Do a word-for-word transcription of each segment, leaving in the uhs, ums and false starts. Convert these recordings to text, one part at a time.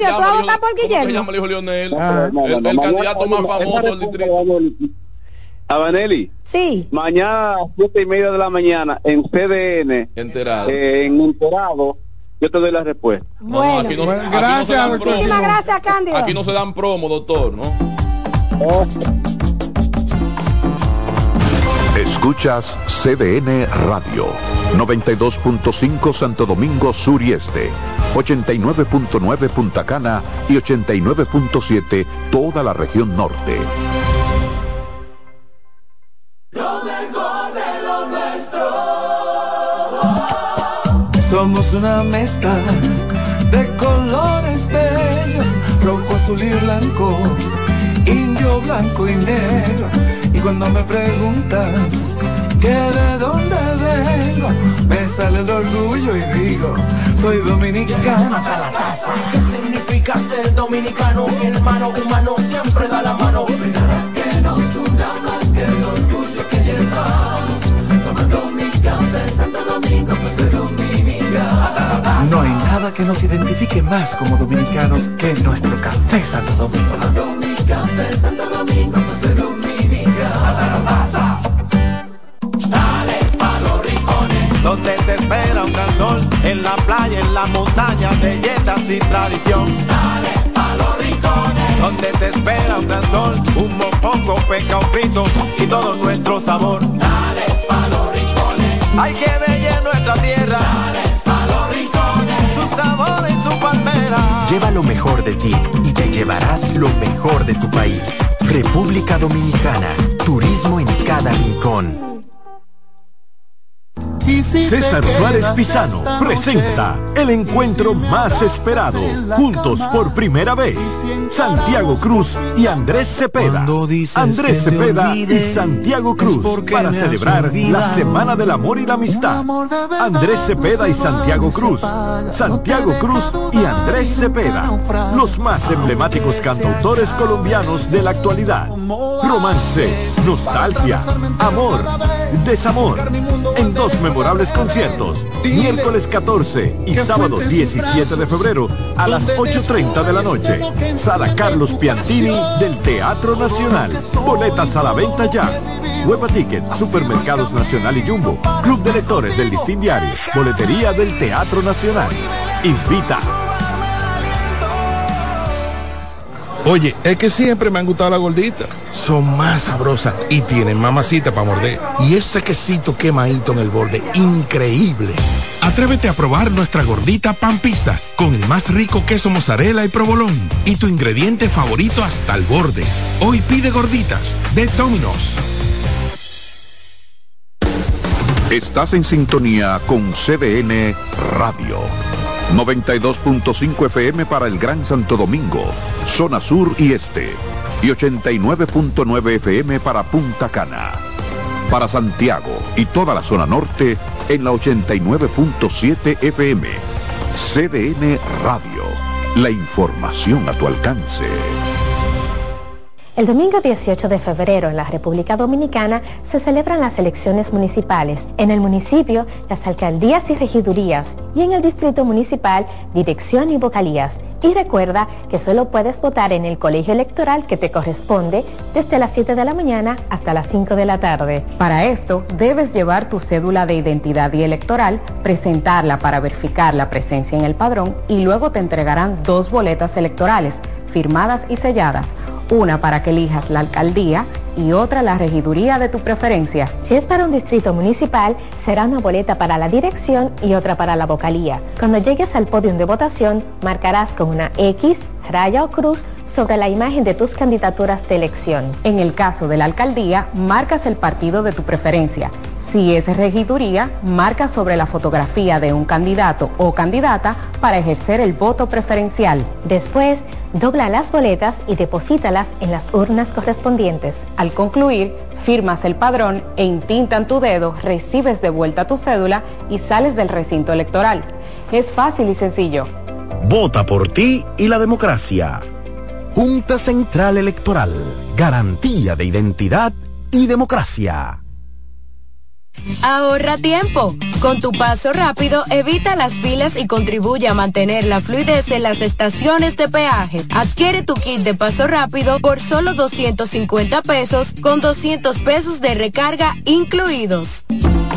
Candia, tú vas a votar por Guillermo. ¿Cómo se llama el hijo Leonel? Ah, no, no, el no, el mañana, candidato más famoso del distrito. Abaneli. Sí. Mañana a siete y media de la mañana en C D N. Enterado. Eh, en Enterado. Yo te doy la respuesta. No, Bueno. no, aquí no, Bueno, aquí gracias, no se dan doctor. promo. Muchísimas gracias, Cándido. Aquí no se dan promo, doctor, ¿no? Oh. Escuchas C D N Radio, noventa y dos punto cinco Santo Domingo Sur y Este, ochenta y nueve punto nueve Punta Cana y ochenta y nueve punto siete toda la región norte. Lo mejor de lo nuestro. Somos una mezcla de colores bellos, rojo, azul y blanco, indio, blanco y negro. Y cuando me preguntan que de dónde vengo, me sale el orgullo y digo, soy dominicano hasta la casa. ¿Qué significa ser dominicano? Mi hermano humano siempre da la mano. No hay nada que nos una más que el orgullo que llevamos. Tomando mi café en Santo Domingo, pues soy dominicano. No hay nada que nos identifique más como dominicanos que nuestro café Santo Domingo. Tomando mi café en Santo Domingo, pues soy dominicano. Dale pa' los rincones, donde te espera un gran sol, en la playa, en la montaña, belletas y tradición. dale pa' los rincones, Donde te espera un gran sol, un mopongo, peca, un frito y todo nuestro sabor. dale pa' los rincones, Hay que bella nuestra tierra, dale pa' los rincones. su sabor y su palmera. Lleva lo mejor de ti y te llevarás lo mejor de tu país. República Dominicana, turismo en cada rincón. César Suárez Pisano presenta el encuentro más esperado, juntos por primera vez, Santiago Cruz y Andrés Cepeda. Andrés Cepeda y Santiago Cruz para celebrar la Semana del Amor y la Amistad. Andrés Cepeda y Santiago Cruz. Santiago Cruz y Andrés Cepeda, los más emblemáticos cantautores colombianos de la actualidad. Romance, nostalgia, amor, desamor, en dos memorables conciertos, miércoles catorce y sábado diecisiete de febrero a las ocho y media de la noche. Sala Carlos Piantini del Teatro Nacional. Boletas a la venta ya. Huepa Ticket, Supermercados Nacional y Jumbo, Club de Lectores del Listín Diario, Boletería del Teatro Nacional. Invita. Oye, es que siempre me han gustado las gorditas. Son más sabrosas y tienen mamacita para morder. Y ese quesito quemadito en el borde, increíble. Atrévete a probar nuestra gordita pan pizza con el más rico queso mozzarella y provolón y tu ingrediente favorito hasta el borde. Hoy pide gorditas de Domino's. Estás en sintonía con C D N Radio. noventa y dos punto cinco F M para el Gran Santo Domingo, zona sur y este, y ochenta y nueve punto nueve F M para Punta Cana. Para Santiago y toda la zona norte en la ochenta y nueve punto siete F M. C D N Radio, la información a tu alcance. El domingo dieciocho de febrero en la República Dominicana se celebran las elecciones municipales. En el municipio, las alcaldías y regidurías, y en el distrito municipal, dirección y vocalías. Y recuerda que solo puedes votar en el colegio electoral que te corresponde desde las siete de la mañana hasta las cinco de la tarde. Para esto, debes llevar tu cédula de identidad y electoral, presentarla para verificar la presencia en el padrón y luego te entregarán dos boletas electorales, firmadas y selladas. Una para que elijas la alcaldía y otra la regiduría de tu preferencia. Si es para un distrito municipal, será una boleta para la dirección y otra para la vocalía. Cuando llegues al podio de votación, marcarás con una X, raya o cruz sobre la imagen de tus candidaturas de elección. En el caso de la alcaldía, marcas el partido de tu preferencia. Si es regiduría, marca sobre la fotografía de un candidato o candidata para ejercer el voto preferencial. Después, dobla las boletas y deposítalas en las urnas correspondientes. Al concluir, firmas el padrón e intintan tu dedo, recibes de vuelta tu cédula y sales del recinto electoral. Es fácil y sencillo. Vota por ti y la democracia. Junta Central Electoral. Garantía de identidad y democracia. Ahorra tiempo. Con tu paso rápido, evita las filas y contribuye a mantener la fluidez en las estaciones de peaje. Adquiere tu kit de paso rápido por solo doscientos cincuenta pesos con doscientos pesos de recarga incluidos.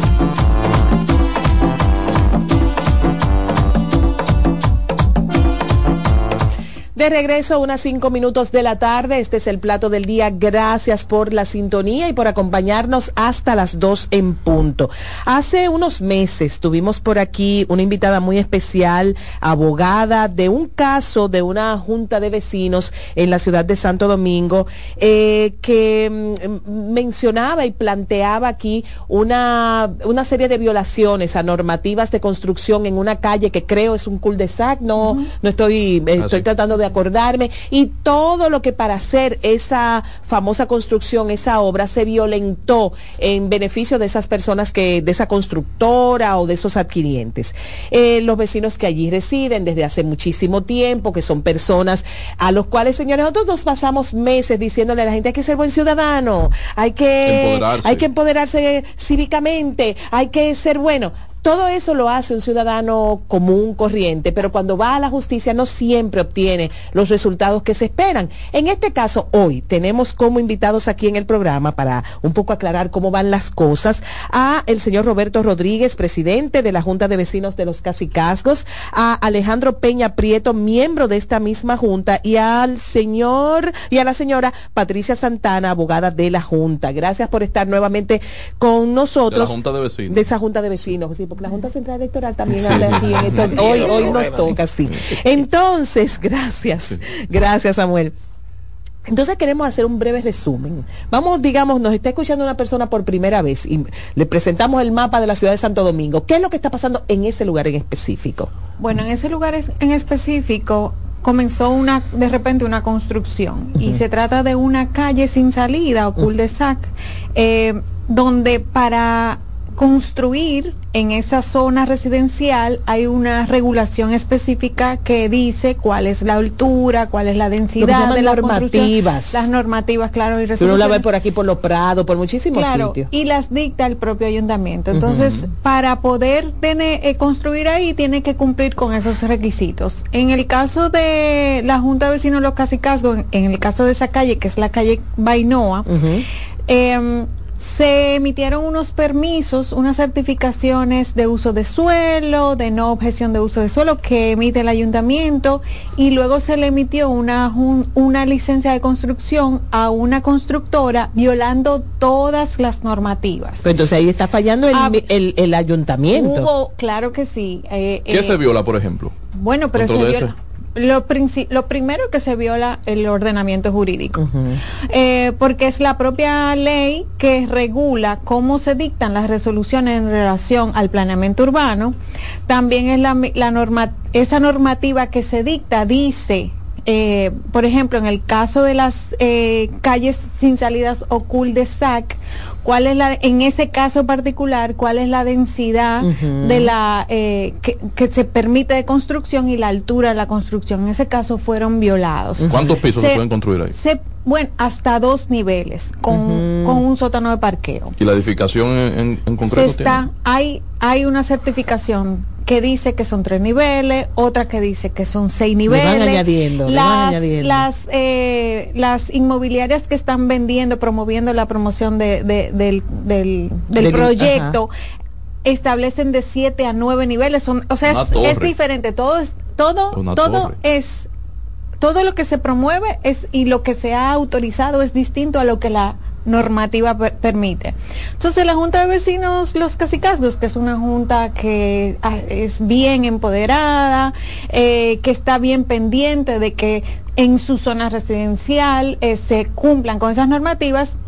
De regreso, unas cinco minutos de la tarde. Este es el plato del día. Gracias por la sintonía y por acompañarnos hasta las dos en punto. Hace unos meses tuvimos por aquí una invitada muy especial, abogada de un caso de una junta de vecinos en la ciudad de Santo Domingo, eh, que mm, mencionaba y planteaba aquí una, una serie de violaciones a normativas de construcción en una calle que creo es un cul-de-sac. No, uh-huh. no estoy, eh, estoy tratando de acordarme, y todo lo que para hacer esa famosa construcción, esa obra, se violentó en beneficio de esas personas que, de esa constructora o de esos adquirientes. Eh, los vecinos que allí residen desde hace muchísimo tiempo, que son personas a los cuales, señores, nosotros nos pasamos meses diciéndole a la gente: hay que ser buen ciudadano, hay que empoderarse, hay que empoderarse cívicamente, hay que ser bueno. Todo eso lo hace un ciudadano común, corriente, pero cuando va a la justicia no siempre obtiene los resultados que se esperan. En este caso, hoy tenemos como invitados aquí en el programa, para un poco aclarar cómo van las cosas, a el señor Roberto Rodríguez, presidente de la Junta de Vecinos de los Cacicazgos, a Alejandro Peña Prieto, miembro de esta misma junta, y al señor y a la señora Patricia Santana, abogada de la Junta. Gracias por estar nuevamente con nosotros. De la Junta de Vecinos. De esa Junta de Vecinos, sí, porque la Junta Central Electoral también habla aquí en esto. Hoy, hoy nos toca, sí. Entonces, gracias, gracias, Samuel. Entonces queremos hacer un breve resumen. Vamos, digamos, nos está escuchando una persona por primera vez y le presentamos el mapa de la ciudad de Santo Domingo. ¿Qué es lo que está pasando en ese lugar en específico? Bueno, en ese lugar en específico comenzó una, de repente una construcción, uh-huh. y se trata de una calle sin salida o cul-de-sac, eh, donde para construir en esa zona residencial hay una regulación específica que dice cuál es la altura, cuál es la densidad de las normativas. Las normativas, claro, y resoluciones. Tú no la ves por aquí, por los Prados, por muchísimos claro, sitios. Y las dicta el propio ayuntamiento. Entonces, uh-huh. para poder tener, eh, construir ahí, tiene que cumplir con esos requisitos. En el caso de la Junta de Vecinos de los Cacicazgos, en, en el caso de esa calle, que es la calle Bainoa, uh-huh. eh, se emitieron unos permisos, unas certificaciones de uso de suelo, de no objeción de uso de suelo que emite el ayuntamiento, y luego se le emitió una, un, una licencia de construcción a una constructora violando todas las normativas. Pero entonces ahí está fallando el, ah, el, el ayuntamiento. Hubo, claro que sí. Eh, ¿Qué eh, se viola, por ejemplo? Bueno, pero se viola... Lo, lo primero que se viola el ordenamiento jurídico, uh-huh. eh, porque es la propia ley que regula cómo se dictan las resoluciones en relación al planeamiento urbano. También es la, la norma, esa normativa que se dicta dice, eh, por ejemplo, en el caso de las eh, calles sin salidas o cul-de-sac, cuál es la, en ese caso particular, cuál es la densidad uh-huh. de la eh, que, que se permite de construcción y la altura de la construcción. En ese caso fueron violados. ¿Cuántos pisos se, se pueden construir ahí? Se, bueno, hasta dos niveles con, uh-huh. con un sótano de parqueo. ¿Y la edificación en, en, en concreto? Se está, hay, hay una certificación que dice que son tres niveles, otra que dice que son seis niveles. Le van añadiendo, las, le van añadiendo. Las, eh, las inmobiliarias que están vendiendo, promoviendo la promoción de, de, del, del, del, del proyecto, ajá. establecen de siete a nueve niveles. Son, o sea, es, es diferente. Todo es, todo, Una todo torre. es, todo lo que se promueve es y lo que se ha autorizado es distinto a lo que la normativa per permite. Entonces la Junta de Vecinos Los Cacicazgos, que es una junta que ah, es bien empoderada, eh, que está bien pendiente de que en su zona residencial eh, se cumplan con esas normativas,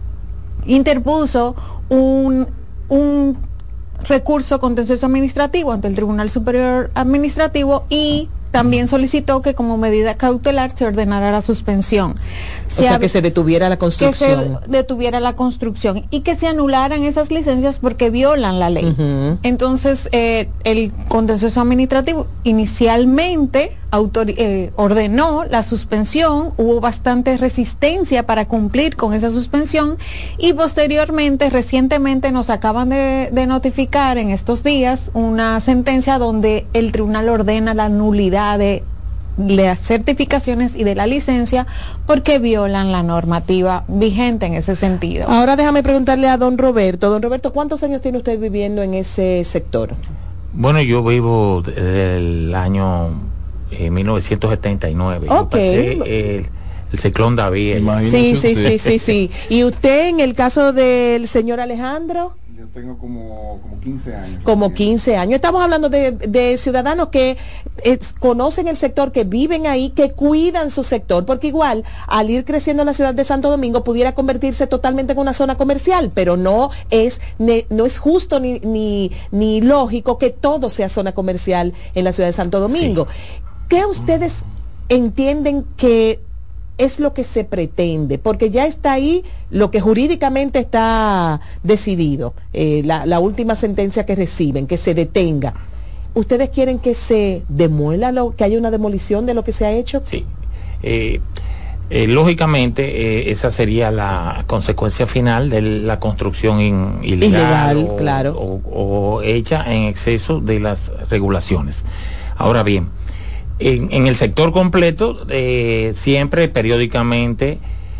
interpuso un, un recurso contencioso administrativo ante el Tribunal Superior Administrativo y también solicitó que como medida cautelar se ordenara la suspensión. Se o sea, que se detuviera la construcción. Que se detuviera la construcción y que se anularan esas licencias porque violan la ley. Uh-huh. Entonces, eh, el contencioso administrativo inicialmente autor, eh, ordenó la suspensión, hubo bastante resistencia para cumplir con esa suspensión y posteriormente, recientemente nos acaban de, de notificar en estos días una sentencia donde el tribunal ordena la nulidad de las certificaciones y de la licencia porque violan la normativa vigente en ese sentido. Ahora déjame preguntarle a don Roberto. Don Roberto, ¿cuántos años tiene usted viviendo en ese sector? Bueno, yo vivo desde el año eh, mil novecientos setenta y nueve. Okay. Yo pasé el, el ciclón David. Sí, sí, sí, sí, sí. ¿Y usted en el caso del señor Alejandro? Yo tengo como, como quince años. Como quince años. Estamos hablando de, de ciudadanos que eh, conocen el sector, que viven ahí, que cuidan su sector, porque igual al ir creciendo la ciudad de Santo Domingo pudiera convertirse totalmente en una zona comercial, pero no es ne, no es justo ni, ni, ni lógico que todo sea zona comercial en la ciudad de Santo Domingo. Sí. ¿Qué ustedes entienden que es lo que se pretende? Porque ya está ahí lo que jurídicamente está decidido, eh, la, la última sentencia que reciben, que se detenga. ¿Ustedes quieren que se demuela, lo, que haya una demolición de lo que se ha hecho? Sí. Eh, eh, lógicamente, eh, esa sería la consecuencia final de la construcción in, ilegal, ilegal o, claro. o, o hecha en exceso de las regulaciones. Ahora bien, En, en el sector completo, eh, siempre periódicamente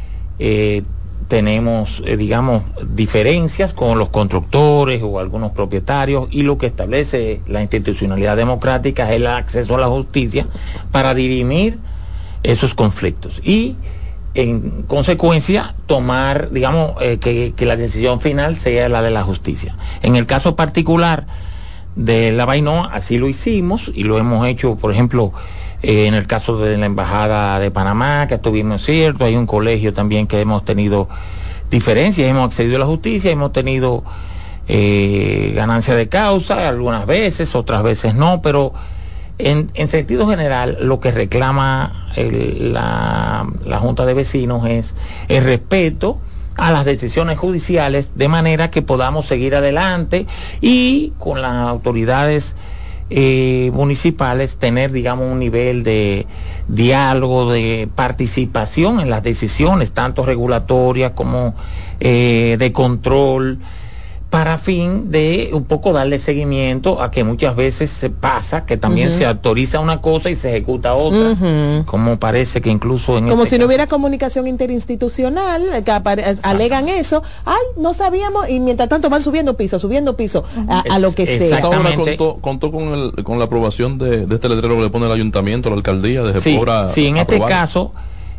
eh, tenemos, eh, digamos, diferencias con los constructores o algunos propietarios, y lo que establece la institucionalidad democrática es el acceso a la justicia para dirimir esos conflictos y, en consecuencia, tomar, digamos, eh, que, que la decisión final sea la de la justicia. En el caso particular de la Bainoa, así lo hicimos y lo hemos hecho, por ejemplo, eh, en el caso de la Embajada de Panamá, que estuvimos cierto, hay un colegio también que hemos tenido diferencias, hemos accedido a la justicia, hemos tenido eh, ganancia de causa algunas veces, otras veces no, pero en, en sentido general lo que reclama el, la, la Junta de Vecinos es el respeto a las decisiones judiciales, de manera que podamos seguir adelante y con las autoridades eh, municipales tener, digamos, un nivel de diálogo, de participación en las decisiones, tanto regulatorias como eh, de control, para fin de un poco darle seguimiento a que muchas veces se pasa que también uh-huh. se autoriza una cosa y se ejecuta otra, uh-huh. como parece que incluso en como este si caso. No hubiera comunicación interinstitucional, que apare- alegan eso, ay, no sabíamos, y mientras tanto van subiendo piso, subiendo piso, uh-huh. a, a lo que sea. Exactamente. Contó, contó con, el, con la aprobación de, de este letrero que le pone el ayuntamiento, la alcaldía, de sí, Jepora. Sí, en aprobar. Este caso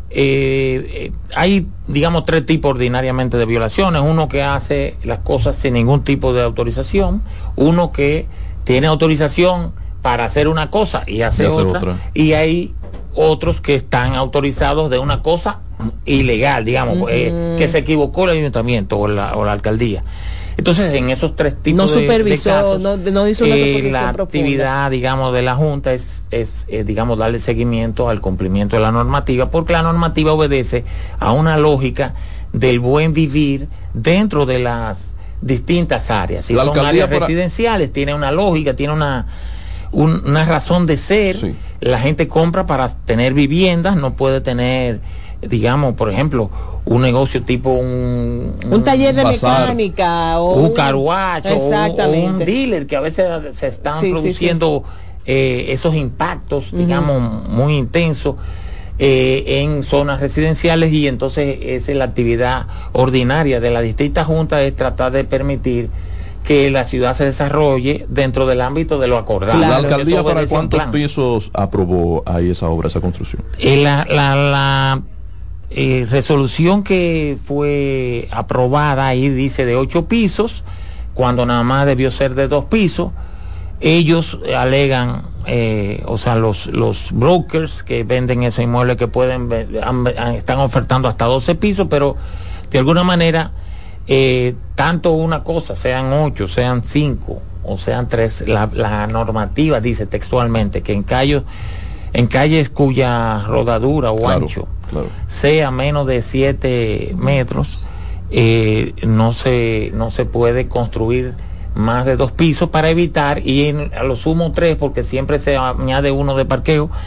Eh, eh, hay, digamos, tres tipos ordinariamente de violaciones. Uno que hace las cosas sin ningún tipo de autorización, uno que tiene autorización para hacer una cosa y hace, y hace otra, otra, y hay otros que están autorizados de una cosa ilegal, digamos, uh-huh. eh, que se equivocó el ayuntamiento o la, o la alcaldía. Entonces, en esos tres tipos no de, supervisó, de casos, no, no hizo una eh, supervisión la profunda. actividad, digamos, de la Junta es, es eh, digamos, darle seguimiento al cumplimiento de la normativa, porque la normativa obedece a una lógica del buen vivir dentro de las distintas áreas. Si la son áreas para... residenciales, tiene una lógica, tiene una, un, una razón de ser. Sí. La gente compra para tener viviendas, no puede tener, digamos, por ejemplo, un negocio tipo un, un, un taller de bazar, mecánica o un carwash o, o un dealer, que a veces se están sí, produciendo sí, sí. Eh, esos impactos, uh-huh. digamos, muy intensos eh, en zonas residenciales, y entonces esa es la actividad ordinaria de la distinta junta, es tratar de permitir que la ciudad se desarrolle dentro del ámbito de lo acordado. ¿La alcaldía para cuántos pisos aprobó ahí esa obra, esa construcción? Eh, la, la, la Eh, resolución que fue aprobada ahí dice de ocho pisos, cuando nada más debió ser de dos pisos. Ellos alegan, eh, o sea, los los brokers que venden esos inmuebles que pueden han, han, están ofertando hasta doce pisos, pero de alguna manera eh, tanto una cosa, sean ocho, sean cinco o sean tres, la, la normativa dice textualmente que en calles en calles cuya rodadura o claro, ancho claro. sea menos de siete metros, eh, no se no se puede construir más de dos pisos, para evitar, y en, a lo sumo tres, porque siempre se añade uno de parqueo,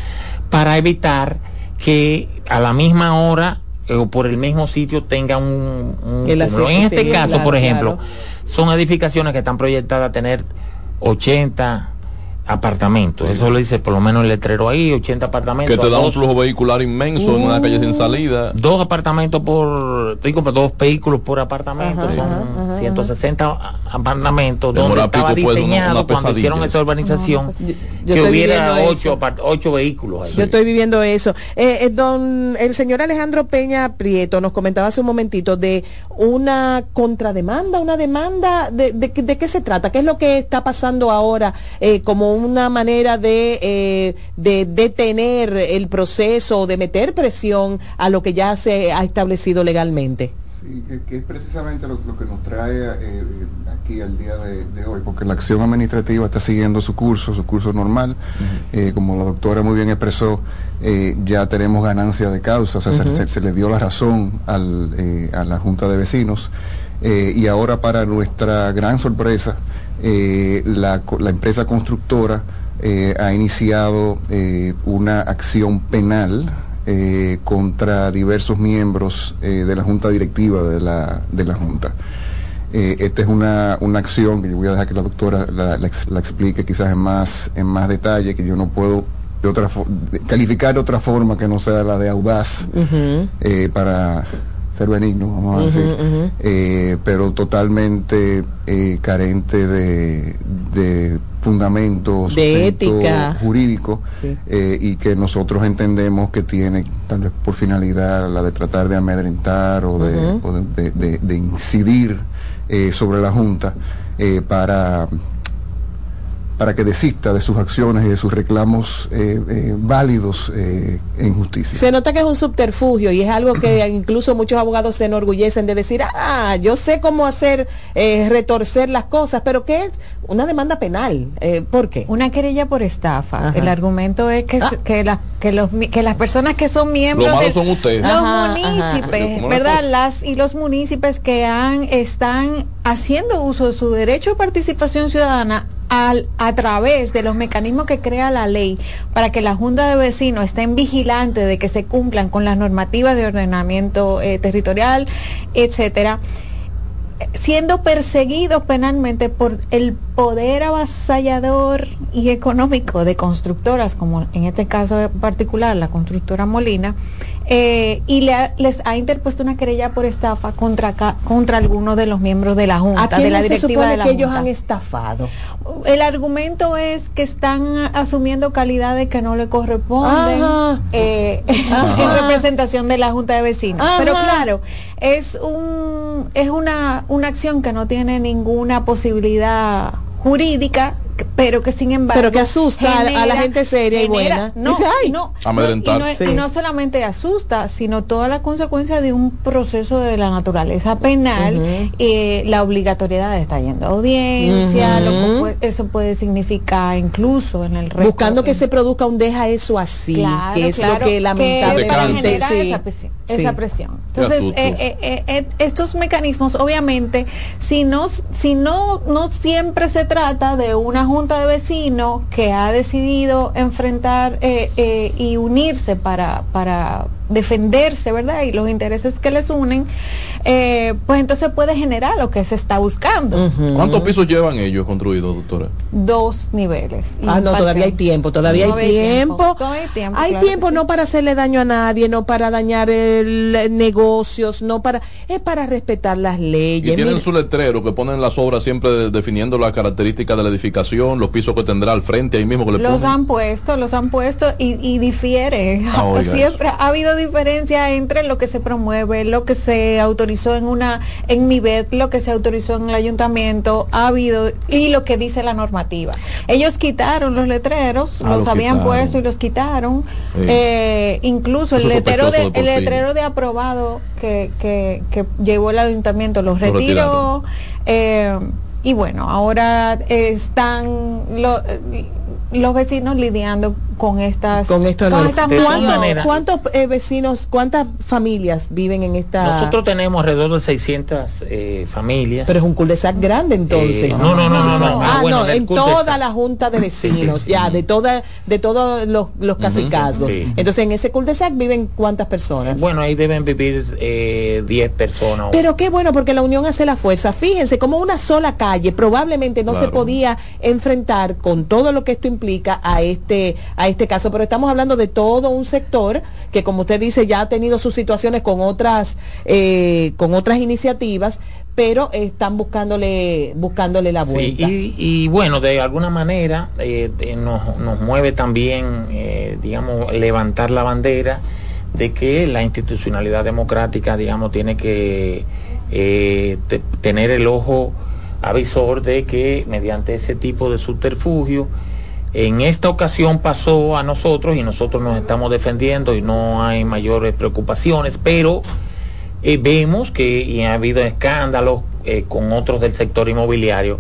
para evitar que a la misma hora o por el mismo sitio tenga un, un El cúmulo. En acceso, este sí, caso, claro, por ejemplo, claro. son edificaciones que están proyectadas a tener ochenta apartamentos. Eso lo dice por lo menos el letrero ahí, ochenta apartamentos. Que te da dos, un flujo vehicular inmenso uh, en una calle sin salida. Dos apartamentos por, digo, dos vehículos por apartamento, Ajá, son ajá, ciento sesenta apartamentos, De donde Morapico, estaba pues, diseñado una- una cuando hicieron pesadilla. esa urbanización, No, pues, yo- yo que estoy hubiera viviendo ocho, eso. apart- ocho vehículos ahí. Yo estoy viviendo eso. Eh, eh, don, el señor Alejandro Peña Prieto nos comentaba hace un momentito de una contrademanda, una demanda, de, de, de qué se trata, qué es lo que está pasando ahora eh, como una manera de, eh, de detener el proceso, de meter presión a lo que ya se ha establecido legalmente. Sí, que, que es precisamente lo, lo que nos trae eh, aquí al día de, de hoy, porque la acción administrativa está siguiendo su curso, su curso normal. Uh-huh. eh, como la doctora muy bien expresó, eh, ya tenemos ganancia de causa, o sea, uh-huh. se, se, se le dio la razón al, eh, a la Junta de Vecinos, eh, y ahora, para nuestra gran sorpresa, eh, la, la empresa constructora eh, ha iniciado eh, una acción penal Eh, contra diversos miembros eh, de la junta directiva de la, de la junta. Eh, esta es una, una acción que yo voy a dejar que la doctora la, la, la explique quizás en más, en más detalle, que yo no puedo de otra de, calificar de otra forma que no sea la de audaz, uh-huh. eh, para ser benigno, vamos a uh-huh, decir, uh-huh. eh, pero totalmente eh, carente de, de fundamento, de ética jurídico, sí. eh, y que nosotros entendemos que tiene tal vez por finalidad la de tratar de amedrentar o de, uh-huh. o de, de, de, de incidir eh, sobre la Junta eh, para para que desista de sus acciones y de sus reclamos eh, eh, válidos eh, en justicia. Se nota que es un subterfugio y es algo que incluso muchos abogados se enorgullecen de decir, ah, yo sé cómo hacer, eh, retorcer las cosas, pero ¿qué es? Una demanda penal. Eh, ¿Por qué? Una querella por estafa. Ajá. El argumento es que, ah. que, la, que, los, que las personas que son miembros Los malos de son ustedes. los Ajá, municipios, ajá. ¿verdad? Las y los municipios que han están haciendo uso de su derecho de participación ciudadana Al, a través de los mecanismos que crea la ley para que la Junta de Vecinos estén vigilantes de que se cumplan con las normativas de ordenamiento eh, territorial, etcétera, siendo perseguidos penalmente por el poder avasallador y económico de constructoras, como en este caso particular la constructora Molina, eh, y le ha, les ha interpuesto una querella por estafa contra contra algunos de los miembros de la Junta, ¿A quién de la se directiva supone de la que Junta? ellos han estafado? El argumento es que están asumiendo calidades que no le corresponden eh, en representación de la Junta de Vecinos. Ajá. Pero claro, es un es una una acción que no tiene ninguna posibilidad jurídica, pero que sin embargo pero que asusta genera, a la gente seria genera, y buena. No, Dice, ay, no, amedrentar. no, y, no, sí. y no solamente asusta, sino toda la consecuencia de un proceso de la naturaleza penal, uh-huh. eh, la obligatoriedad de estar yendo a audiencia, uh-huh. lo que puede, eso puede significar incluso en el resto, buscando que en, se produzca un deja eso así, claro, que es claro, lo que lamentablemente que para sí, esa presión, sí. esa presión. Entonces, eh, eh, eh, estos mecanismos, obviamente, si no si no no siempre se trata de una junta de vecinos que ha decidido enfrentar eh, eh, y unirse para para defenderse, ¿verdad? Y los intereses que les unen, eh, pues entonces puede generar lo que se está buscando. Uh-huh. ¿Cuántos pisos llevan ellos construidos, doctora? Dos niveles. Ah, no, todavía hay tiempo, todavía no hay tiempo. tiempo. Todavía hay tiempo, hay claro tiempo sí. no para hacerle daño a nadie, no para dañar el, el negocios, no para, es para respetar las leyes. Y tienen Mira. su letrero que ponen las obras siempre de, definiendo las características de la edificación, los pisos que tendrá al frente, ahí mismo que le los ponen. han puesto, los han puesto y, y difiere. Ah, siempre ha habido diferencia entre lo que se promueve, lo que se autorizó en una en mi B E D, lo que se autorizó en el ayuntamiento, ha habido y lo que dice la normativa. Ellos quitaron los letreros, ah, los lo habían quitaron. puesto y los quitaron. Sí. Eh, incluso Eso el letrero de, de el letrero de aprobado que, que, que llevó el ayuntamiento los lo retiró. Eh, y bueno, ahora están lo, los vecinos lidiando con estas con, esto con de estas de ¿Cuántos, manera, ¿cuántos eh, vecinos, cuántas familias viven en esta? Nosotros tenemos alrededor de seiscientas eh, familias. Pero es un cul-de-sac grande entonces. Eh, no, no, no, no, no. Ah, bueno, no, en toda la junta de vecinos, sí, sí, ya, sí. de toda, de todos los, los cacicazgos. Sí. Entonces en ese cul-de-sac viven cuántas personas. Bueno, ahí deben vivir eh, diez personas. Pero qué bueno, porque la unión hace la fuerza. Fíjense, como una sola calle probablemente no Claro. se podía enfrentar con todo lo que esto implica a este, a este caso. Pero estamos hablando de todo un sector que, como usted dice, ya ha tenido sus situaciones con otras, eh, con otras iniciativas, pero están buscándole, buscándole la vuelta. Sí, y, y bueno, de alguna manera eh, eh, nos, nos mueve también, eh, digamos, levantar la bandera de que la institucionalidad democrática, digamos, tiene que eh, te, tener el ojo avisor de que mediante ese tipo de subterfugio, en esta ocasión pasó a nosotros y nosotros nos estamos defendiendo y no hay mayores preocupaciones, pero eh, vemos que y ha habido escándalos eh, con otros del sector inmobiliario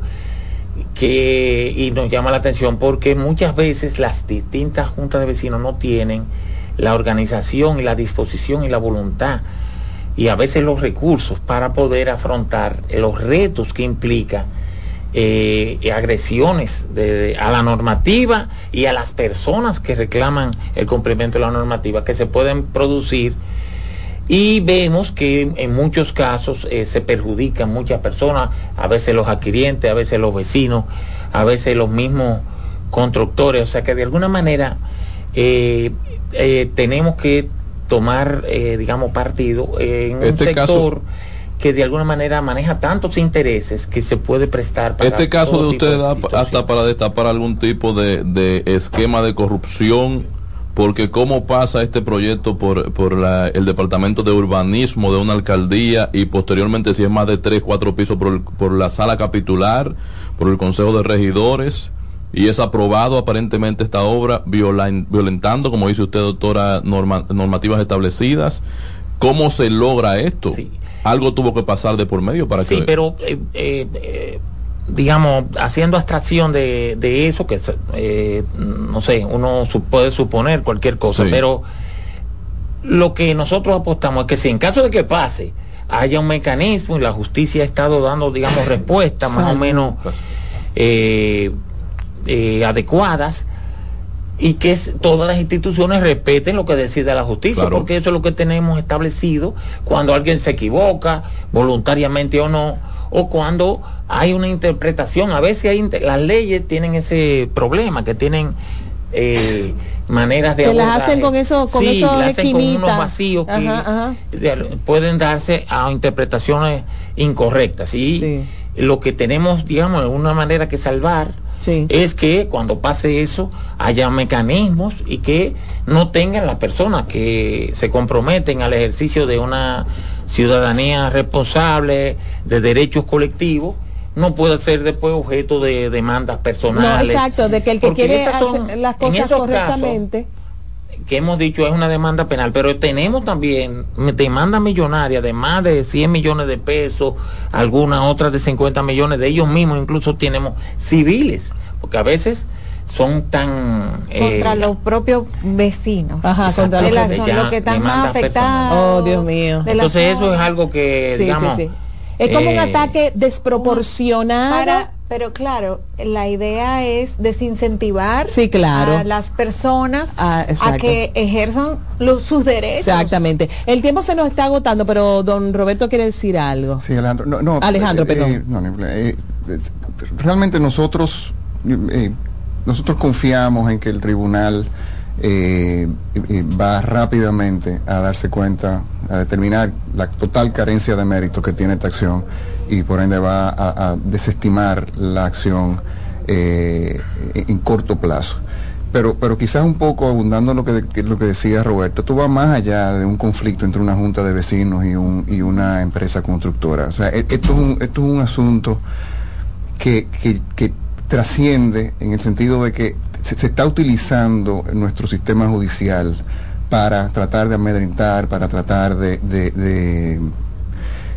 que y nos llama la atención porque muchas veces las distintas juntas de vecinos no tienen la organización y la disposición y la voluntad y a veces los recursos para poder afrontar los retos que implica eh, agresiones de, de, a la normativa y a las personas que reclaman el cumplimiento de la normativa que se pueden producir, y vemos que en muchos casos eh, se perjudican muchas personas, a veces los adquirientes, a veces los vecinos, a veces los mismos constructores, o sea que de alguna manera eh, eh, tenemos que tomar, eh, digamos, partido en este un sector caso, que de alguna manera maneja tantos intereses que se puede prestar para este caso de usted da de hasta para destapar algún tipo de, de esquema de corrupción, porque cómo pasa este proyecto por, por la, el departamento de urbanismo de una alcaldía y posteriormente si es más de tres, cuatro pisos por, el, por la sala capitular, por el consejo de regidores, y es aprobado aparentemente esta obra violan, violentando, como dice usted, doctora, norma, normativas establecidas. ¿Cómo se logra esto? Sí. Algo tuvo que pasar de por medio para sí, que... Sí, pero eh, eh, eh, digamos, haciendo abstracción de, de eso, que eh, no sé, uno su, puede suponer cualquier cosa, sí. Pero lo que nosotros apostamos es que si en caso de que pase, haya un mecanismo y la justicia ha estado dando, digamos, respuestas más o menos eh, eh, adecuadas, y que es, todas las instituciones respeten lo que decide la justicia, claro. Porque eso es lo que tenemos establecido cuando alguien se equivoca, voluntariamente o no, o cuando hay una interpretación. A veces hay inter- las leyes tienen ese problema, que tienen eh, maneras de que abordaje. las hacen con eso, con sí, esos las hacen con esquinitas. unos vacíos que ajá, ajá. De, sí. pueden darse a interpretaciones incorrectas, y sí. Lo que tenemos, digamos, de una manera que salvar sí. es que cuando pase eso haya mecanismos y que no tengan las personas que se comprometen al ejercicio de una ciudadanía responsable, de derechos colectivos, no pueda ser después objeto de demandas personales. No, exacto, de que el que Porque quiere son, hacer las cosas correctamente. Casos, que hemos dicho es una demanda penal, pero tenemos también demanda millonaria de más de cien millones de pesos, algunas otras de cincuenta millones, de ellos mismos incluso tenemos civiles, porque a veces son tan contra eh, los propios vecinos. Ajá, contra de los la, son los que están más afectados. Oh, Dios mío. Entonces eso es algo que sí, digamos, sí, sí. Es como eh, un ataque desproporcionado. Para, pero claro, la idea es desincentivar sí, claro. a las personas ah, a que ejerzan los, sus derechos. Exactamente. El tiempo se nos está agotando, pero don Roberto quiere decir algo. Sí, Alejandro. No, no, Alejandro, eh, perdón. Eh, no, eh, realmente nosotros, eh, nosotros confiamos en que el tribunal eh, eh, va rápidamente a darse cuenta, a determinar la total carencia de méritos que tiene esta acción, y por ende va a, a desestimar la acción eh, en corto plazo. Pero, pero quizás un poco abundando en lo que, lo que decía Roberto, esto va más allá de un conflicto entre una junta de vecinos y, un, y una empresa constructora. O sea, esto es un, esto es un asunto que, que, que trasciende en el sentido de que se, se está utilizando nuestro sistema judicial para tratar de amedrentar, para tratar de, de, de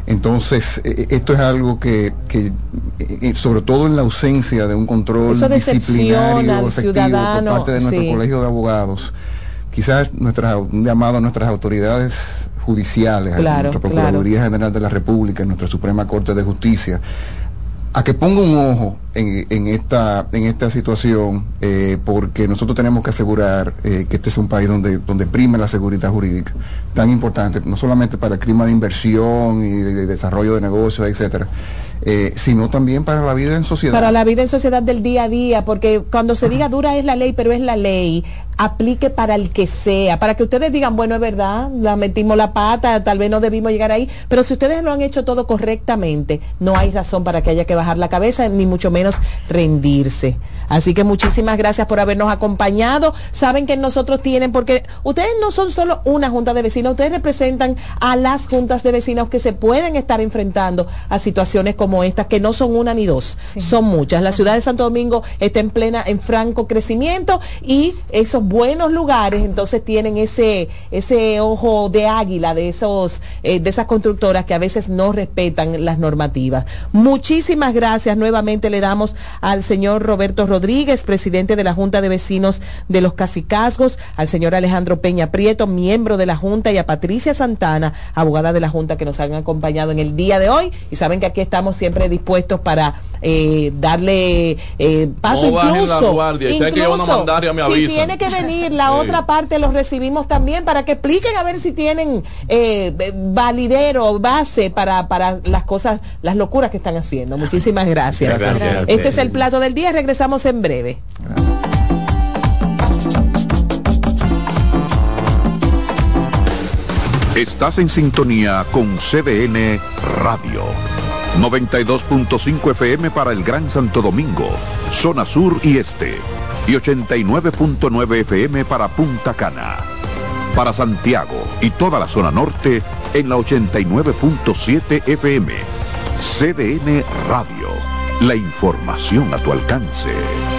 Entonces, eh, esto es algo que, que eh, sobre todo en la ausencia de un control disciplinario efectivo por parte de nuestro sí. colegio de abogados, quizás nuestra, un llamado a nuestras autoridades judiciales, claro, a nuestra Procuraduría claro. General de la República, a nuestra Suprema Corte de Justicia, a que ponga un ojo en, en esta en esta situación, eh, porque nosotros tenemos que asegurar eh, que este es un país donde donde prime la seguridad jurídica, tan importante, no solamente para el clima de inversión y de, de desarrollo de negocios, etcétera, eh, sino también para la vida en sociedad. Para la vida en sociedad del día a día, porque cuando se diga dura es la ley, pero es la ley, aplique para el que sea, para que ustedes digan, bueno, es verdad, la metimos la pata, tal vez no debimos llegar ahí, pero si ustedes lo han hecho todo correctamente, no hay razón para que haya que bajar la cabeza, ni mucho menos rendirse. Así que muchísimas gracias por habernos acompañado. Saben que nosotros tienen, porque ustedes no son solo una junta de vecinos, ustedes representan a las juntas de vecinos que se pueden estar enfrentando a situaciones como estas, que no son una ni dos, sí. son muchas. La ciudad de Santo Domingo está en plena, en franco crecimiento, y esos buenos lugares entonces tienen ese ese ojo de águila de esos eh, de esas constructoras que a veces no respetan las normativas. Muchísimas gracias. Nuevamente le damos al señor Roberto Rodríguez, presidente de la Junta de Vecinos de los Cacicazgos, al señor Alejandro Peña Prieto, miembro de la Junta, y a Patricia Santana, abogada de la Junta, que nos han acompañado en el día de hoy, y saben que aquí estamos siempre dispuestos para eh, darle eh, paso. No incluso, la guardia, incluso que van a mandar, ya me si avisan. Tiene que venir la sí. otra parte, los recibimos también para que expliquen a ver si tienen eh, validero, base para, para las cosas, las locuras que están haciendo. Muchísimas gracias. Gracias. Gracias. Este es el plato del día, regresamos en breve. Estás en sintonía con C D N Radio. noventa y dos punto cinco F M para el Gran Santo Domingo, zona sur y este. Y ochenta y nueve punto nueve F M para Punta Cana. Para Santiago y toda la zona norte en la ochenta y nueve punto siete F M. C D N Radio. La información a tu alcance.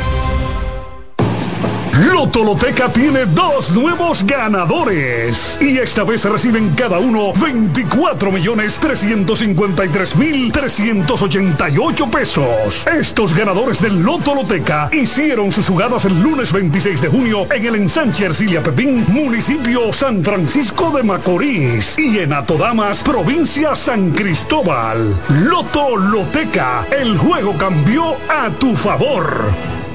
Loto Loteca tiene dos nuevos ganadores y esta vez reciben cada uno veinticuatro millones trescientos cincuenta y tres mil trescientos ochenta y ocho pesos. Estos ganadores del Loto Loteca hicieron sus jugadas el lunes veintiséis de junio en el ensanche Ercilia Pepín, municipio San Francisco de Macorís, y en Atodamas, provincia San Cristóbal. Loto Loteca, el juego cambió a tu favor.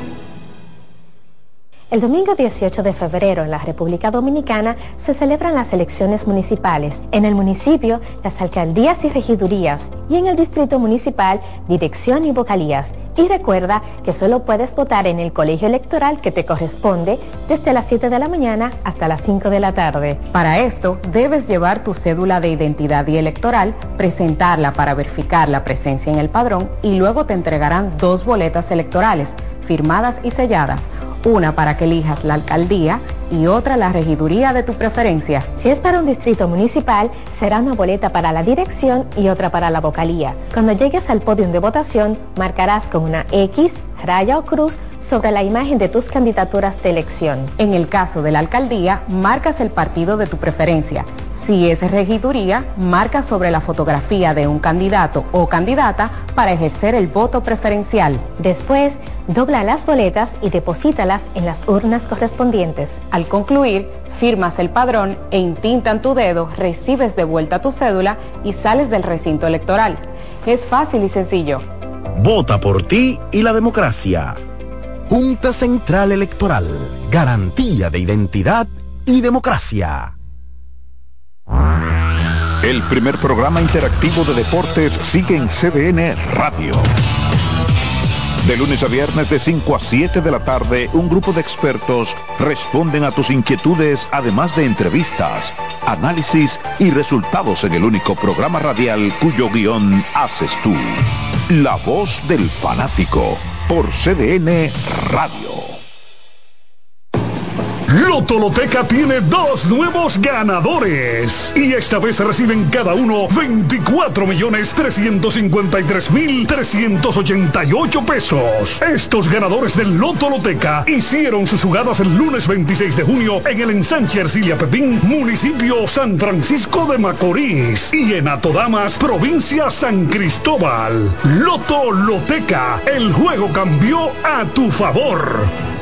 El domingo dieciocho de febrero en la República Dominicana se celebran las elecciones municipales. En el municipio, las alcaldías y regidurías, y en el distrito municipal, dirección y vocalías. Y recuerda que solo puedes votar en el colegio electoral que te corresponde desde las siete de la mañana hasta las cinco de la tarde. Para esto, debes llevar tu cédula de identidad y electoral, presentarla para verificar la presencia en el padrón, y luego te entregarán dos boletas electorales, firmadas y selladas, una para que elijas la alcaldía y otra la regiduría de tu preferencia. Si es para un distrito municipal, será una boleta para la dirección y otra para la vocalía. Cuando llegues al podio de votación, marcarás con una X, raya o cruz sobre la imagen de tus candidaturas de elección. En el caso de la alcaldía, marcas el partido de tu preferencia. Si es regiduría, marca sobre la fotografía de un candidato o candidata para ejercer el voto preferencial. Después, dobla las boletas y deposítalas en las urnas correspondientes. Al concluir, firmas el padrón e intintan tu dedo, recibes de vuelta tu cédula y sales del recinto electoral. Es fácil y sencillo. Vota por ti y la democracia. Junta Central Electoral. Garantía de identidad y democracia. El primer programa interactivo de deportes sigue en C D N Radio. De lunes a viernes de cinco a siete de la tarde, un grupo de expertos responden a tus inquietudes, además de entrevistas, análisis y resultados en el único programa radial cuyo guión haces tú. La voz del fanático por C D N Radio. Lotoloteca tiene dos nuevos ganadores y esta vez reciben cada uno veinticuatro millones trescientos cincuenta y tres mil trescientos ochenta y ocho pesos. Estos ganadores del Lotoloteca hicieron sus jugadas el lunes veintiséis de junio en el ensanche Ercilia Pepín, municipio San Francisco de Macorís, y en Atodamas, provincia San Cristóbal. Lotoloteca, el juego cambió a tu favor.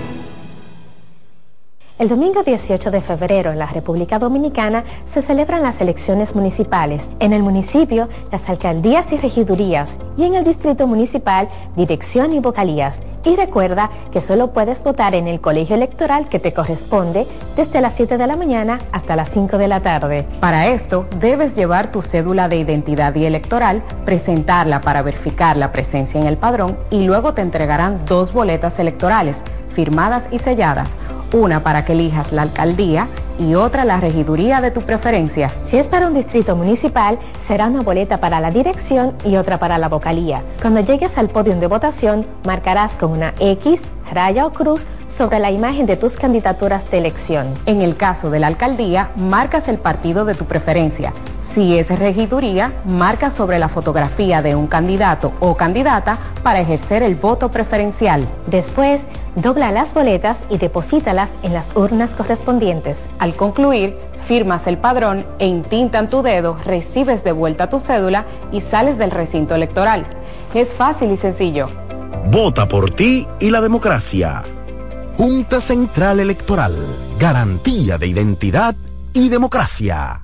El domingo dieciocho de febrero en la República Dominicana se celebran las elecciones municipales. En el municipio, las alcaldías y regidurías, y en el distrito municipal, dirección y vocalías. Y recuerda que solo puedes votar en el colegio electoral que te corresponde desde las siete de la mañana hasta las cinco de la tarde. Para esto, debes llevar tu cédula de identidad y electoral, presentarla para verificar la presencia en el padrón y luego te entregarán dos boletas electorales, firmadas y selladas, una para que elijas la alcaldía y otra la regiduría de tu preferencia. Si es para un distrito municipal, será una boleta para la dirección y otra para la vocalía. Cuando llegues al podio de votación, marcarás con una X, raya o cruz sobre la imagen de tus candidaturas de elección. En el caso de la alcaldía, marcas el partido de tu preferencia. Si es regiduría, marca sobre la fotografía de un candidato o candidata para ejercer el voto preferencial. Después, dobla las boletas y deposítalas en las urnas correspondientes. Al concluir, firmas el padrón e intintan tu dedo, recibes de vuelta tu cédula y sales del recinto electoral. Es fácil y sencillo. Vota por ti y la democracia. Junta Central Electoral. Garantía de identidad y democracia.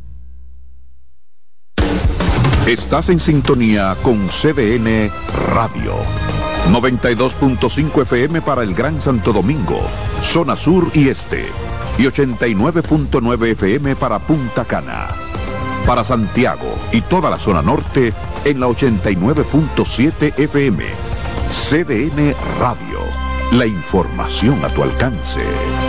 Estás en sintonía con C D N Radio. noventa y dos punto cinco F M para el Gran Santo Domingo, zona sur y este. Y ochenta y nueve punto nueve F M para Punta Cana. Para Santiago y toda la zona norte en la ochenta y nueve punto siete F M. C D N Radio. La información a tu alcance.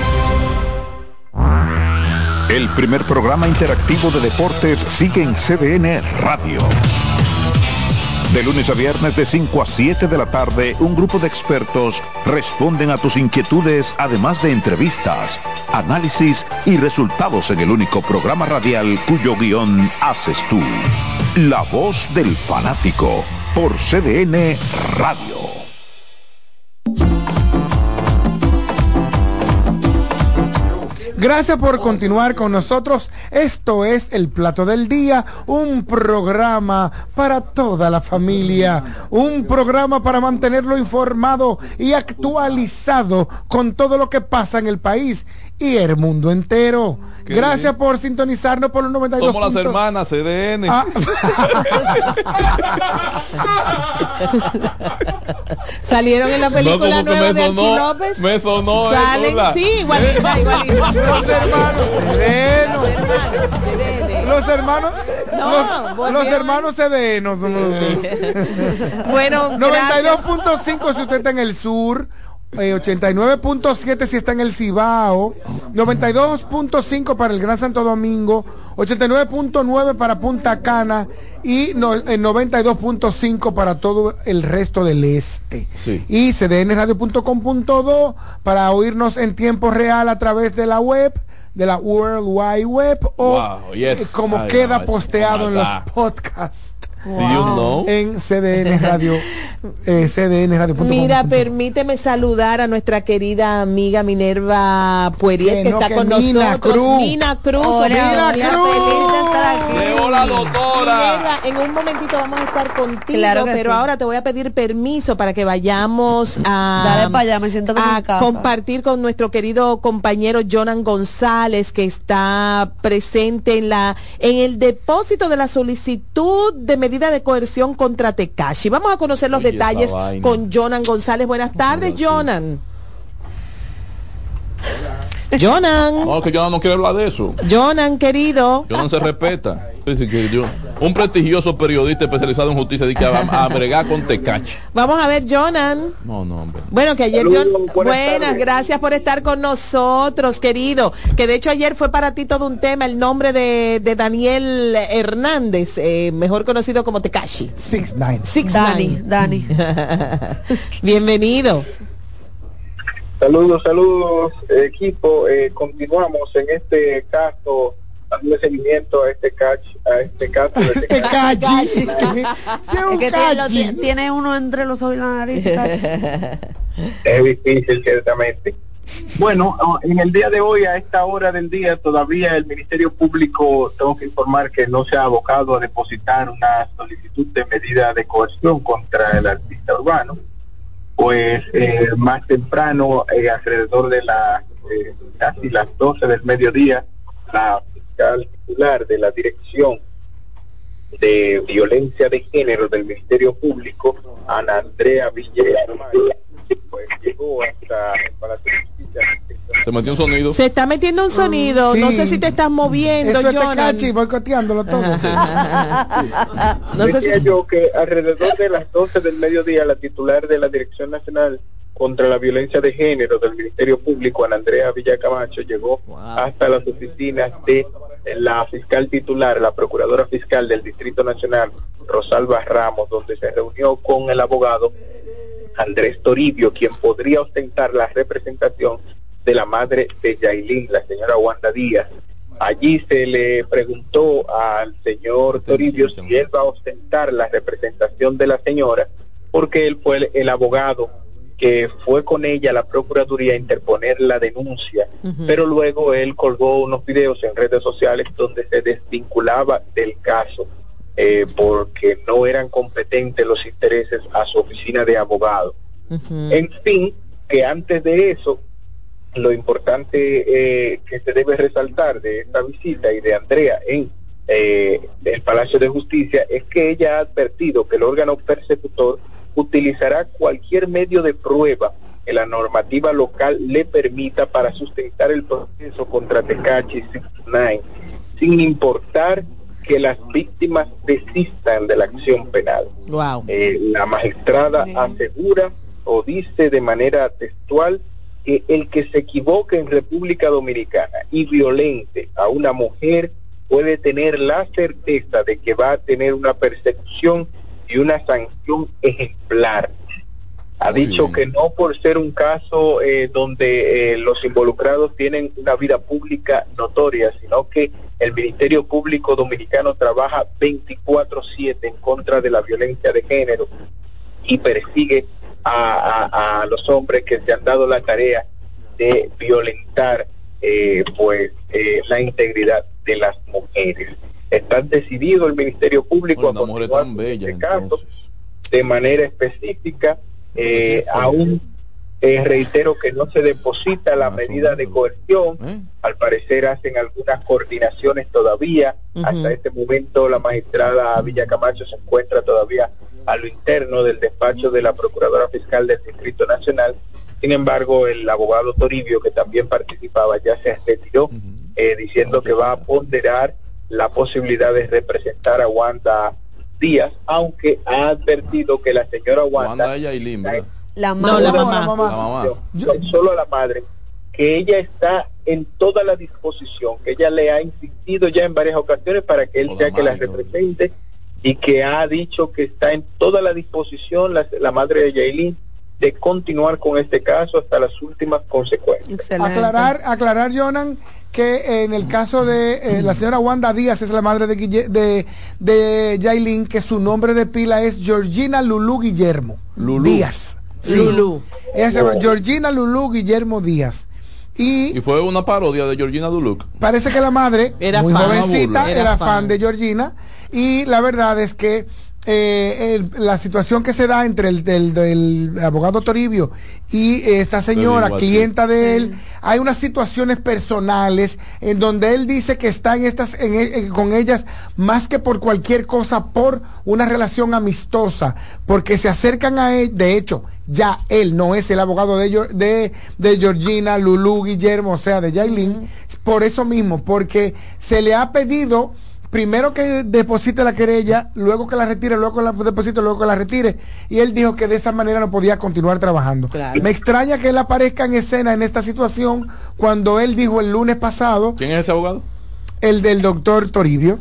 El primer programa interactivo de deportes sigue en C D N Radio. De lunes a viernes de cinco a siete de la tarde, un grupo de expertos responden a tus inquietudes, además de entrevistas, análisis y resultados en el único programa radial cuyo guión haces tú. La voz del fanático por C D N Radio. Gracias por continuar con nosotros. Esto es El Plato del Día, un programa para toda la familia, un programa para mantenerlo informado y actualizado con todo lo que pasa en el país y el mundo entero. Qué Gracias bien. por sintonizarnos por los noventa y dos. Somos las puntos. hermanas C D N. Ah. Salieron en la película No, como que nueva me de Archie sonó, López. me sonó, eh, Salen, Lola. sí, igualita, igualita. Los hermanos serenos. Los hermanos, No, los, volvieron. los hermanos serenos. Bueno, noventa y dos gracias. punto cinco si usted está en el sur, eh, ochenta y nueve punto siete si está en el Cibao, noventa y dos punto cinco para el Gran Santo Domingo, ochenta y nueve punto nueve para Punta Cana y no, eh, noventa y dos punto cinco para todo el resto del este. Sí. Y c d n radio punto com punto do para oírnos en tiempo real a través de la web, de la World Wide Web o Wow, yes. eh, como Ay, queda no, posteado es- en los ah. podcasts. Do you know? En C D N Radio, eh, C D N radio punto com. Mira, permíteme saludar a nuestra querida amiga Minerva Pueriel, Que que no, está que con Nina nosotros. Cruz. Nina Cruz. Hola, Nina hola, Cruz. feliz de estar aquí. Llegó la doctora. Minerva, en un momentito vamos a estar contigo, Claro que pero sí. ahora te voy a pedir permiso para que vayamos a, Dale para allá, me siento como a en casa. compartir con nuestro querido compañero Jonan González, que está presente en la en el depósito de la solicitud de medida de coerción contra Tekashi. Vamos a conocer los Oye, detalles esa vaina. con Jonan González. Buenas tardes, Jonan. Jonan. No, que yo no quiero hablar de eso. Jonan, querido. Yo no se respeta. Sí, sí, que yo- un prestigioso periodista especializado en justicia dice que a, a bregar con Tecachi. Vamos a ver, Jonan. No, no, hombre. Bueno, que ayer Saludos, John, buenas buenas, tardes. gracias por estar con nosotros, querido. Que de hecho ayer fue para ti todo un tema el nombre de, de Daniel Hernández, eh, mejor conocido como Tekashi. Six Nine. Six Dani, Nine. Dani. Bienvenido. Saludos, saludos, equipo. Eh, continuamos en este caso, dando seguimiento a este catch, a este caso. De este este catch. cachi. Es que tiene, lo tiene, tiene uno entre los ojos y la nariz. Es difícil, ciertamente. Bueno, en el día de hoy, a esta hora del día, todavía el Ministerio Público, tengo que informar que no se ha abocado a depositar una solicitud de medida de coerción contra el artista urbano. Pues eh, más temprano, eh, alrededor de las eh, casi las doce del mediodía, la fiscal titular de la Dirección de Violencia de Género del Ministerio Público, Ana Andrea Villegas, pues llegó hasta el Palacio de Justicia. Se metió un sonido. Se está metiendo un sonido. Sí. No sé si te estás moviendo, Eso es Jonan. Tecachi, boicoteándolo todo. No sé Decía si... yo que alrededor de las doce del mediodía, la titular de la Dirección Nacional contra la Violencia de Género del Ministerio Público, Ana Andrea Villacamacho, llegó hasta las oficinas de la fiscal titular, la procuradora fiscal del Distrito Nacional, Rosalba Ramos, donde se reunió con el abogado Andrés Toribio, quien podría ostentar la representación de la madre de Yailin, la señora Wanda Díaz. Allí se le preguntó al señor Toribio si él va a ostentar la representación de la señora, porque él fue el, el abogado que fue con ella a la Procuraduría a interponer la denuncia, uh-huh. pero luego él colgó unos videos en redes sociales donde se desvinculaba del caso, eh, porque no eran competentes los intereses a su oficina de abogado. Uh-huh. En fin, que antes de eso, lo importante eh, que se debe resaltar de esta visita y de Andrea en eh, el Palacio de Justicia es que ella ha advertido que el órgano persecutor utilizará cualquier medio de prueba que la normativa local le permita para sustentar el proceso contra Tecachi sesenta y nueve, sin importar que las víctimas desistan de la acción penal. Wow. Eh, la magistrada asegura o dice de manera textual que el que se equivoque en República Dominicana y violente a una mujer puede tener la certeza de que va a tener una persecución y una sanción ejemplar. Ha Muy dicho bien. que no por ser un caso eh, donde eh, los involucrados tienen una vida pública notoria, sino que el Ministerio Público Dominicano trabaja veinticuatro siete en contra de la violencia de género y persigue a, a, a los hombres que se han dado la tarea de violentar eh, pues eh, la integridad de las mujeres. Está decidido el Ministerio Público bueno, a continuar con este caso de manera específica. Eh, aún eh, reitero que no se deposita la medida de coerción. ¿Eh? Al parecer hacen algunas coordinaciones todavía. Uh-huh. Hasta este momento la magistrada Villacamacho se encuentra todavía a lo interno del despacho de la Procuradora Fiscal del Distrito Nacional. Sin embargo, el abogado Toribio, que también participaba, ya se retiró, uh-huh. eh, diciendo que va a ponderar la posibilidad de representar a Wanda Díaz, aunque ha advertido que la señora Wanda, Wanda Yailin, la, no, la, mamá. la mamá, la mamá. Yo, solo a la madre, que ella está en toda la disposición, que ella le ha insistido ya en varias ocasiones para que él sea que la represente, y que ha dicho que está en toda la disposición la, la madre de Yailin de continuar con este caso hasta las últimas consecuencias. Excelente. Aclarar, aclarar, Jonan, que en el caso de eh, la señora Wanda Díaz, es la madre de, Guille, de, de Yailin, que su nombre de pila es Georgina Lulú Guillermo Lulú. Díaz. Sí. Lulú. Ella se llama Georgina Lulú Guillermo Díaz. Y, y fue una parodia de Georgina Duluc. Parece que la madre, era muy fan, jovencita, era, era fan. fan de Georgina, y la verdad es que Eh, el, la situación que se da entre el del, del abogado Toribio y esta señora, clienta de él, sí. hay unas situaciones personales en donde él dice que está en estas, en, en, con ellas más que por cualquier cosa, por una relación amistosa, porque se acercan a él. De hecho, ya él no es el abogado de, de, de Georgina Lulú Guillermo, o sea, de Yailin, uh-huh. por eso mismo, porque se le ha pedido primero que deposite la querella, luego que la retire, luego que la deposite, luego que la retire, y él dijo que de esa manera no podía continuar trabajando. Claro. Me extraña que él aparezca en escena en esta situación cuando él dijo el lunes pasado. ¿Quién es ese abogado? El del doctor Toribio.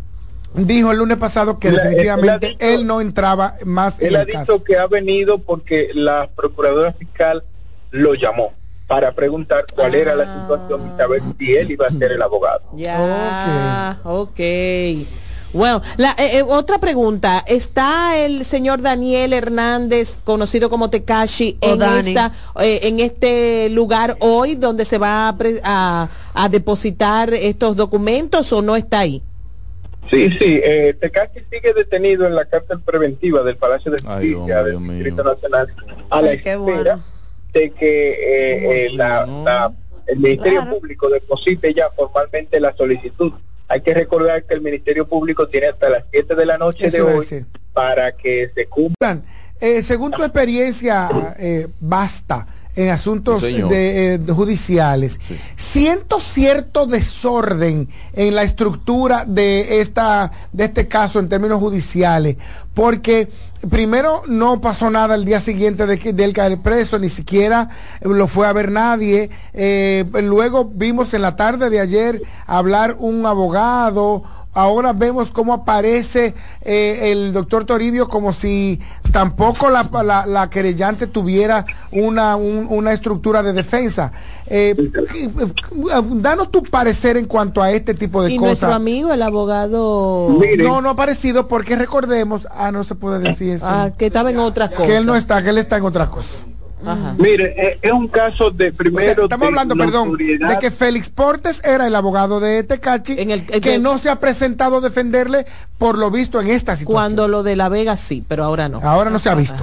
Mm. Dijo el lunes pasado que la, definitivamente él, dicho, él no entraba más en el caso. Él ha dicho caso. que ha venido porque la procuradora fiscal lo llamó. para preguntar cuál ah. era la situación y saber si él iba a ser el abogado. Ya, ok. okay. Bueno, la, eh, eh, otra pregunta, ¿está el señor Daniel Hernández, conocido como Tekashi, en, esta, eh, en este lugar hoy donde se va a, pre, a, a depositar estos documentos o no está ahí? Sí, sí, eh, Tekashi sigue detenido en la cárcel preventiva del Palacio de Justicia del Distrito Nacional a la Ay, espera bueno. de que eh, eh, la, la, el Ministerio claro. Público deposite ya formalmente la solicitud. Hay que recordar que el Ministerio Público tiene hasta las siete de la noche Eso de hoy decir. para que se cumplan. Eh, según tu experiencia eh, vasta en asuntos sí, de, eh, de judiciales, sí. siento cierto desorden en la estructura de esta de este caso en términos judiciales, porque primero no pasó nada el día siguiente de, de él caer preso, ni siquiera lo fue a ver nadie, eh, luego vimos en la tarde de ayer hablar un abogado. Ahora vemos cómo aparece eh, el doctor Toribio como si tampoco la, la, la querellante tuviera una, un, una estructura de defensa. Eh, danos tu parecer en cuanto a este tipo de ¿Y cosas. ¿Y nuestro amigo, el abogado? No, no ha aparecido porque recordemos, ah, no se puede decir eso. Ah, que estaba en otras cosas. Que él no está, que él está en otras cosas. Ajá. Mire, es, es un caso de primero. O sea, estamos hablando, perdón, de que Félix Portes era el abogado de Tekashi, en el, el, que el, no se ha presentado a defenderle, por lo visto, en esta situación. Cuando lo de La Vega sí, pero ahora no. Ahora no se ha visto.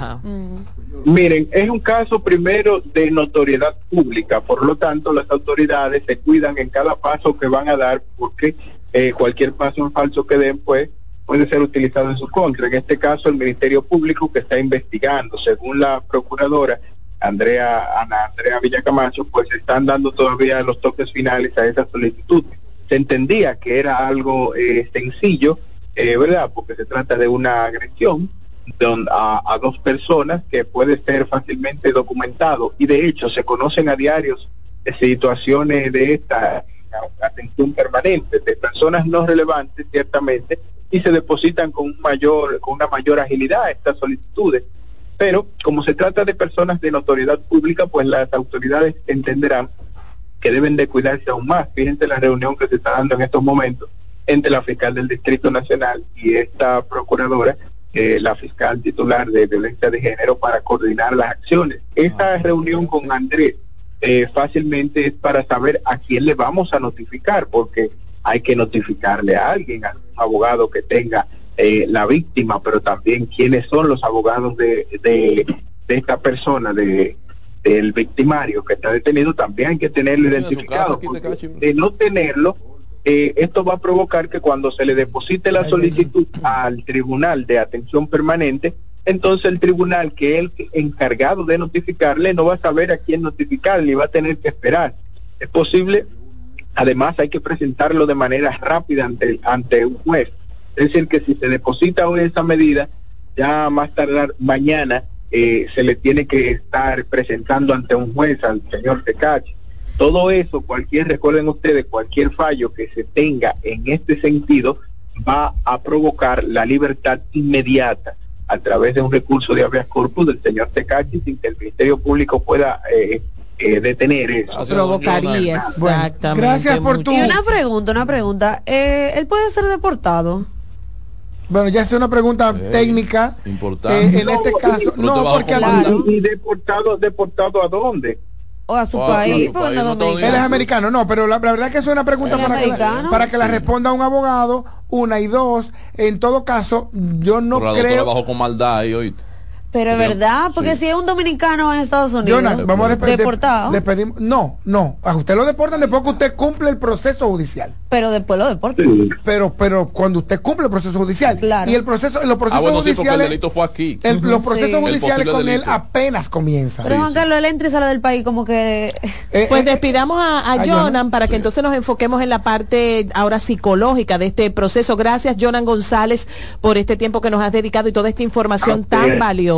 Mm. Miren, es un caso primero de notoriedad pública, por lo tanto, las autoridades se cuidan en cada paso que van a dar, porque eh, cualquier paso en falso que den, pues, puede ser utilizado en su contra. En este caso, el Ministerio Público, que está investigando, según la procuradora Andrea, Ana Andrea Villacamacho, pues están dando todavía los toques finales a esa solicitud. Se entendía que era algo eh, sencillo, eh, ¿verdad? Porque se trata de una agresión don, a, a dos personas que puede ser fácilmente documentado, y de hecho se conocen a diarios de situaciones de esta atención permanente, de personas no relevantes, ciertamente, y se depositan con un mayor, con una mayor agilidad estas solicitudes. Pero como se trata de personas de notoriedad pública, pues las autoridades entenderán que deben de cuidarse aún más. Fíjense la reunión que se está dando en estos momentos entre la fiscal del Distrito Nacional y esta procuradora, eh, la fiscal titular de violencia de género, para coordinar las acciones. Esta reunión con Andrés eh, fácilmente es para saber a quién le vamos a notificar, porque hay que notificarle a alguien, a un abogado que tenga Eh, la víctima, pero también quiénes son los abogados de, de, de esta persona, de del victimario que está detenido, también hay que tenerlo identificado, porque de no tenerlo, eh, esto va a provocar que cuando se le deposite la solicitud al tribunal de atención permanente, entonces el tribunal, que es el encargado de notificarle, no va a saber a quién notificarle y va a tener que esperar. Es posible, además hay que presentarlo de manera rápida ante, ante un juez. Es decir, que si se deposita hoy esa medida, ya más tardar mañana eh, se le tiene que estar presentando ante un juez al señor Tekashi. Todo eso, cualquier, recuerden ustedes, cualquier fallo que se tenga en este sentido va a provocar la libertad inmediata a través de un recurso de habeas corpus del señor Tekashi, sin que el Ministerio Público pueda eh, eh, detener eso. Provocaría, exactamente. Bueno, gracias por tu... Y una pregunta, una pregunta. Eh, ¿Él puede ser deportado? Bueno, ya es una pregunta hey, técnica. Importante. Eh, en no, este caso, no, porque claro. ¿Y deportado, deportado a dónde? O a su oh, país, pues no dominicano. Él es americano, no, pero la, la verdad que es una pregunta para que, la, para que la responda un abogado, una y dos. En todo caso, yo no pero creo. Trabajo con maldad ahí, oíste. Pero es verdad, porque sí. Si es un dominicano en Estados Unidos, Jonah, vamos a despe deportado. De despedimos. No, no, a usted lo deportan después que usted cumple el proceso judicial. Pero después lo deportan. Sí. Pero, pero cuando usted cumple el proceso judicial. Claro. Y el proceso, los procesos ah, bueno, judiciales. Sí, porque el delito fue aquí. El, uh-huh. Los procesos sí. judiciales con delito. Él apenas comienzan. Pero sí, Juan Carlos, él entra y sale del país como que. Eh, pues eh, despidamos a, a, a Jonan, Jonan para que sí. entonces nos enfoquemos en la parte ahora psicológica de este proceso. Gracias, Jonan González, por este tiempo que nos has dedicado y toda esta información okay. tan valiosa.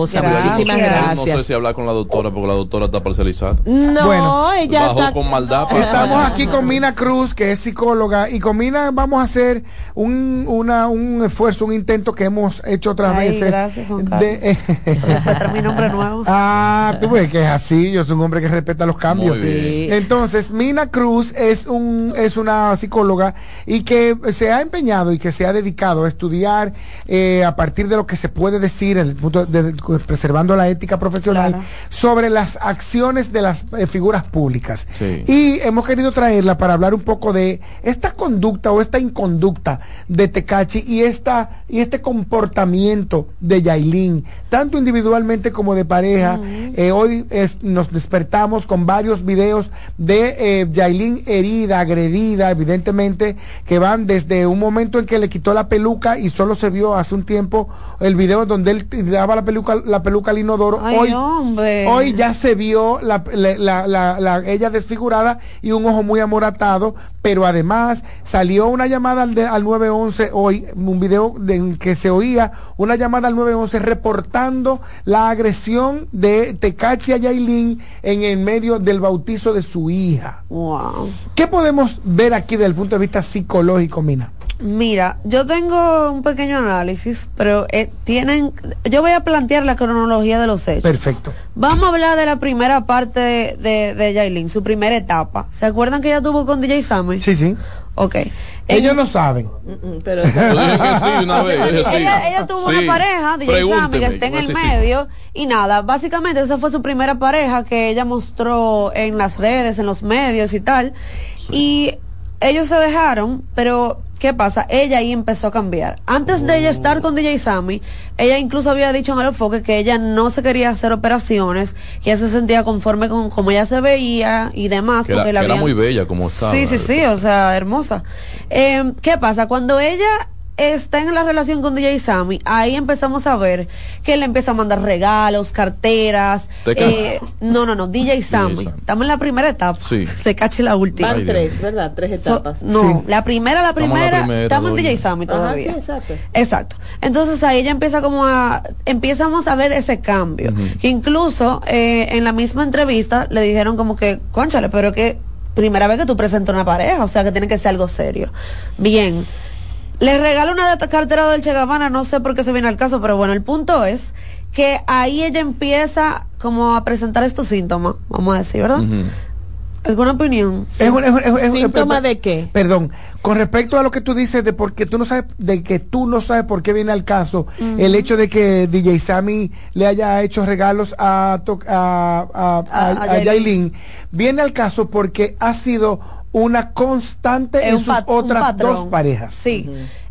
hermosa, Gracias. muchísimas No sé, gracias. No sé si hablar con la doctora, porque la doctora está parcializada. No, Bueno, ella bajó está... con maldad. pero- Estamos aquí con Mina Cruz, que es psicóloga, y con Mina vamos a hacer un, una, un esfuerzo, un intento que hemos hecho otras Ay, veces. gracias, Juan de, Respetar mi nombre nuevo. Ah, tú ves que es así, yo soy un hombre que respeta los cambios. Muy bien. Entonces, Mina Cruz es un es una psicóloga y que se ha empeñado y que se ha dedicado a estudiar eh, a partir de lo que se puede decir en el punto de, de- preservando la ética profesional, Claro. sobre las acciones de las eh, figuras públicas. Sí. Y hemos querido traerla para hablar un poco de esta conducta o esta inconducta de Tekashi y esta y este comportamiento de Yailin, tanto individualmente como de pareja. Eh, hoy es- nos despertamos con varios videos de eh, Yailin herida, agredida, evidentemente, que van desde un momento en que le quitó la peluca y solo se vio hace un tiempo el video donde él tiraba la peluca, la peluca al inodoro. Ay, hoy, hombre. hoy ya se vio la, la- la- la- la- ella desfigurada y un ojo muy amoratado, pero además salió una llamada al, de- al nueve once hoy, un video de, en que se oía una llamada al nueve once reportando la agresión de Tekashi a Yailin en el medio del bautizo de su hija. Wow. ¿Qué podemos ver aquí desde el punto de vista psicológico, Mina? Mira, yo tengo un pequeño análisis, pero eh, tienen, yo voy a plantear la cronología de los hechos. Perfecto. Vamos a hablar de la primera parte de, de, de Yailin, su primera etapa. ¿Se acuerdan que ella tuvo con D J Sammy? Sí, sí. Ok. Ellos En- no saben. Pero Yo dije que sí una vez. yo dije sí. ella, ella tuvo Sí. una pareja, D J Sammy, Pregúnteme, que está en yo el voy a decir medio, y nada, básicamente esa fue su primera pareja que ella mostró en las redes, en los medios y tal, y ellos se dejaron, pero ¿qué pasa? Ella ahí empezó a cambiar. Antes de ella estar con D J Sammy, ella incluso había dicho en el enfoque que ella no se quería hacer operaciones, que ella se sentía conforme con cómo ella se veía y demás. Que era, porque la que era habían- muy bella como estaba. Sí, sí, sí, o sea, hermosa. Eh, ¿Qué pasa? Cuando ella está en la relación con D J Sammy, ahí empezamos a ver que él le empieza a mandar regalos, carteras. Eh, no, no, no, D J Sammy. Sammy. Estamos en la primera etapa. Sí. Se cache la última. van Ay, tres, ¿verdad? Tres So- etapas. no, Sí. la primera, la Estamos en la primera, primera, estamos en doña. D J Sammy Ajá, todavía. sí, exacto. Exacto. Entonces ahí ella empieza como a, empezamos a ver ese cambio. Ujú. Que incluso eh, en la misma entrevista le dijeron como que, cónchale, pero que primera vez que tú presentas una pareja, o sea que tiene que ser algo serio. Bien. Le regala una de- cartera del Che Gabbana, no sé por qué se viene al caso, pero bueno, el punto es que ahí ella empieza como a presentar estos síntomas, vamos a decir, ¿verdad? Ujú. ¿Alguna opinión? Es un- es un- es un- es un- ¿Síntoma eh, de qué? Perdón, con respecto a lo que tú dices de por qué tú no sabes, de que tú no sabes por qué viene al caso, el hecho de que D J Sammy le haya hecho regalos a to- a, a, a, A- a a Yailin. Yailin, viene al caso porque ha sido una constante Es en un sus pat- un otras patrón. dos parejas. Sí.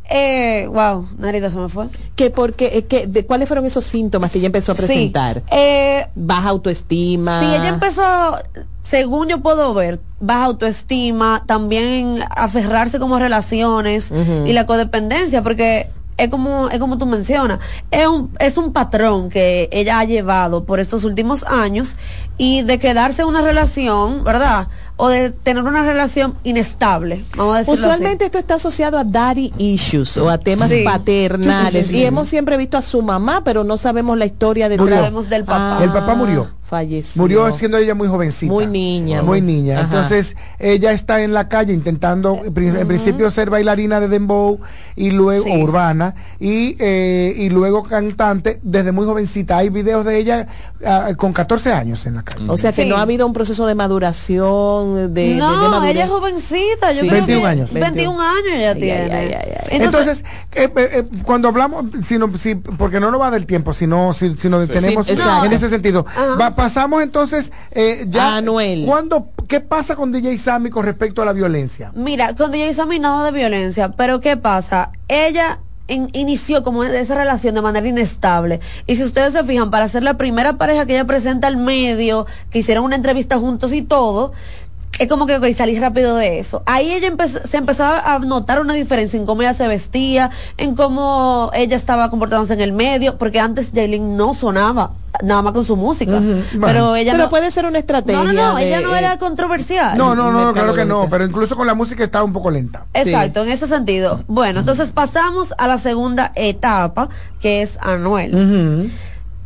Eh, wow, Narita se me fue. Que porque, eh, que, de, ¿cuáles fueron esos síntomas que ella empezó a Sí. presentar? Eh, Baja autoestima. sí, ella empezó, según yo puedo ver, baja autoestima, también aferrarse como a relaciones Ujú. y la codependencia, porque es como es como tú mencionas, es un es un patrón que ella ha llevado por estos últimos años y de quedarse en una relación, ¿verdad? O de tener una relación inestable, vamos a decirlo Usualmente esto está asociado a daddy issues o a temas Sí. paternales. Sí, sí, sí, y sí. hemos siempre visto a su mamá, pero no sabemos la historia de Murió. Sabemos del papá. El papá murió. Falleció. Murió siendo ella muy jovencita. Muy niña. Muy niña. Ajá. Entonces, ella está en la calle intentando, en pri- en principio, ser bailarina de dembow y luego, Sí. o urbana, y, eh, y luego cantante desde muy jovencita. Hay videos de ella ah, con catorce años en la calle. O sea que Sí. no ha habido un proceso de maduración, de, de- de No, madurez. ella es jovencita, yo Sí. creo veintiún que años. veintiún años ella Ay, tiene. ay, ay, ay, ay. Entonces, eh, eh, eh, cuando hablamos, sino, si, porque no nos va del tiempo, sino si, si nos detenemos Sí, exacto. en ese sentido. Ajá. Va- pasamos entonces eh, ya. A Anuel. ¿cuándo, ¿Qué pasa con D J Sammy con respecto a la violencia? Mira, cuando ella hizo nada de violencia, pero ¿qué pasa? Ella in- inició como esa relación de manera inestable. Y si ustedes se fijan, para ser la primera pareja que ella presenta al medio, que hicieron una entrevista juntos y todo, es como que ok, salí rápido de eso. Ahí ella empezó, se empezó a notar una diferencia en cómo ella se vestía, en cómo ella estaba comportándose en el medio, porque antes Yailin no sonaba nada más con su música. Ujú, bueno. Pero ella Pero no, puede ser una estrategia. no, no, no, de- ella no eh, era controversial. No, no, no, claro que no, mercadológica. pero incluso con la música estaba un poco lenta. Exacto, en ese sentido. Bueno, entonces pasamos a la segunda etapa, que es Anuel.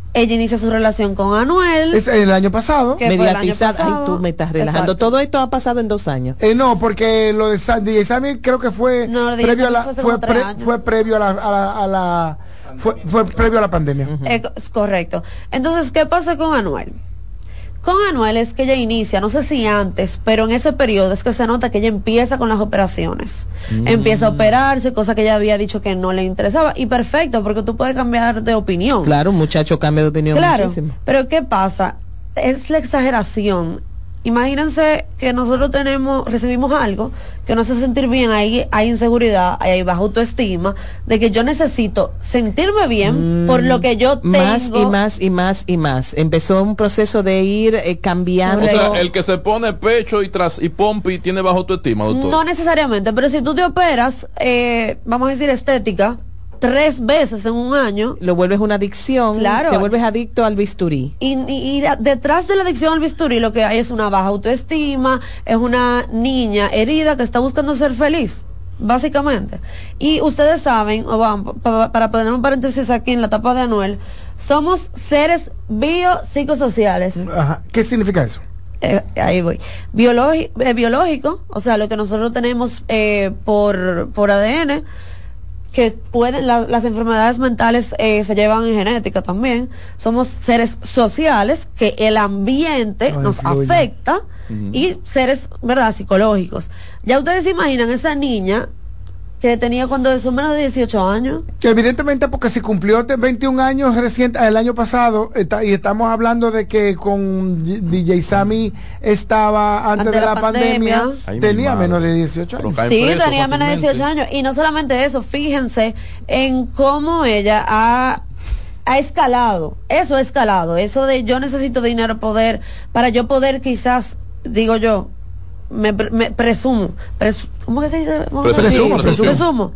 ella inicia su relación con Anuel. Es el año pasado. Mediatizada. Ay, tú me estás relajando. Exacto. Todo esto ha pasado en dos años. Eh, no, porque lo de Sa- D J Sammy creo que fue No, lo de previo a Sammy la fue hace fue, como tres pre- años. fue previo a la, a la, a la- fue, fue previo a la pandemia. Eh, es correcto. Entonces, ¿qué pasa con Anuel? Con Anuel es que ella inicia, no sé si antes, pero en ese periodo es que se nota que ella empieza con las operaciones. Mm. Empieza a operarse, cosa que ella había dicho que no le interesaba. Y perfecto, porque tú puedes cambiar de opinión. Claro, un muchacho cambia de opinión Claro, muchísimo. pero ¿qué pasa? Es la exageración. Imagínense que nosotros tenemos, recibimos algo que nos hace sentir bien, hay, hay inseguridad, hay baja autoestima, de que yo necesito sentirme bien Mm, por lo que yo tengo. Más y más y más y más. Empezó un proceso de ir eh, cambiando. O sea, el que se pone pecho y tras y pompi tiene bajo autoestima, doctor. No necesariamente, pero si tú te operas, eh, vamos a decir estética, tres veces en un año. Lo vuelves una adicción. Claro. Te vuelves adicto al bisturí. Y, y- y detrás de la adicción al bisturí lo que hay es una baja autoestima, es una niña herida que está buscando ser feliz, básicamente. Y ustedes saben, o vamos, pa- para poner un paréntesis aquí en la etapa de Anuel, somos seres biopsicosociales. Ajá. ¿Qué significa eso? Eh, ahí voy. Biologi- eh, biológico, o sea, lo que nosotros tenemos eh, por, por A D N, que pueden, la- las enfermedades mentales eh, se llevan en genética también. Somos seres sociales que el ambiente Nos nos influye. afecta y seres, ¿verdad?, psicológicos. Ya ustedes se imaginan esa niña que tenía cuando es menos de dieciocho años. Que evidentemente porque si cumplió te- veintiún años reciente el año pasado está- y estamos hablando de que con Y- D J Sammy estaba antes, Antes de la, pandemia, Ay, mi tenía madre. menos de dieciocho Pero años. cae Sí, preso tenía menos de fácilmente. dieciocho años. Y no solamente eso, fíjense en cómo ella ha, ha escalado. Eso ha escalado. Eso de yo necesito dinero, poder, para yo poder quizás, digo yo, me, pre- me presumo, presu- ¿cómo que se dice? ¿Cómo que se dice? Presumo, Sí, presumo. presumo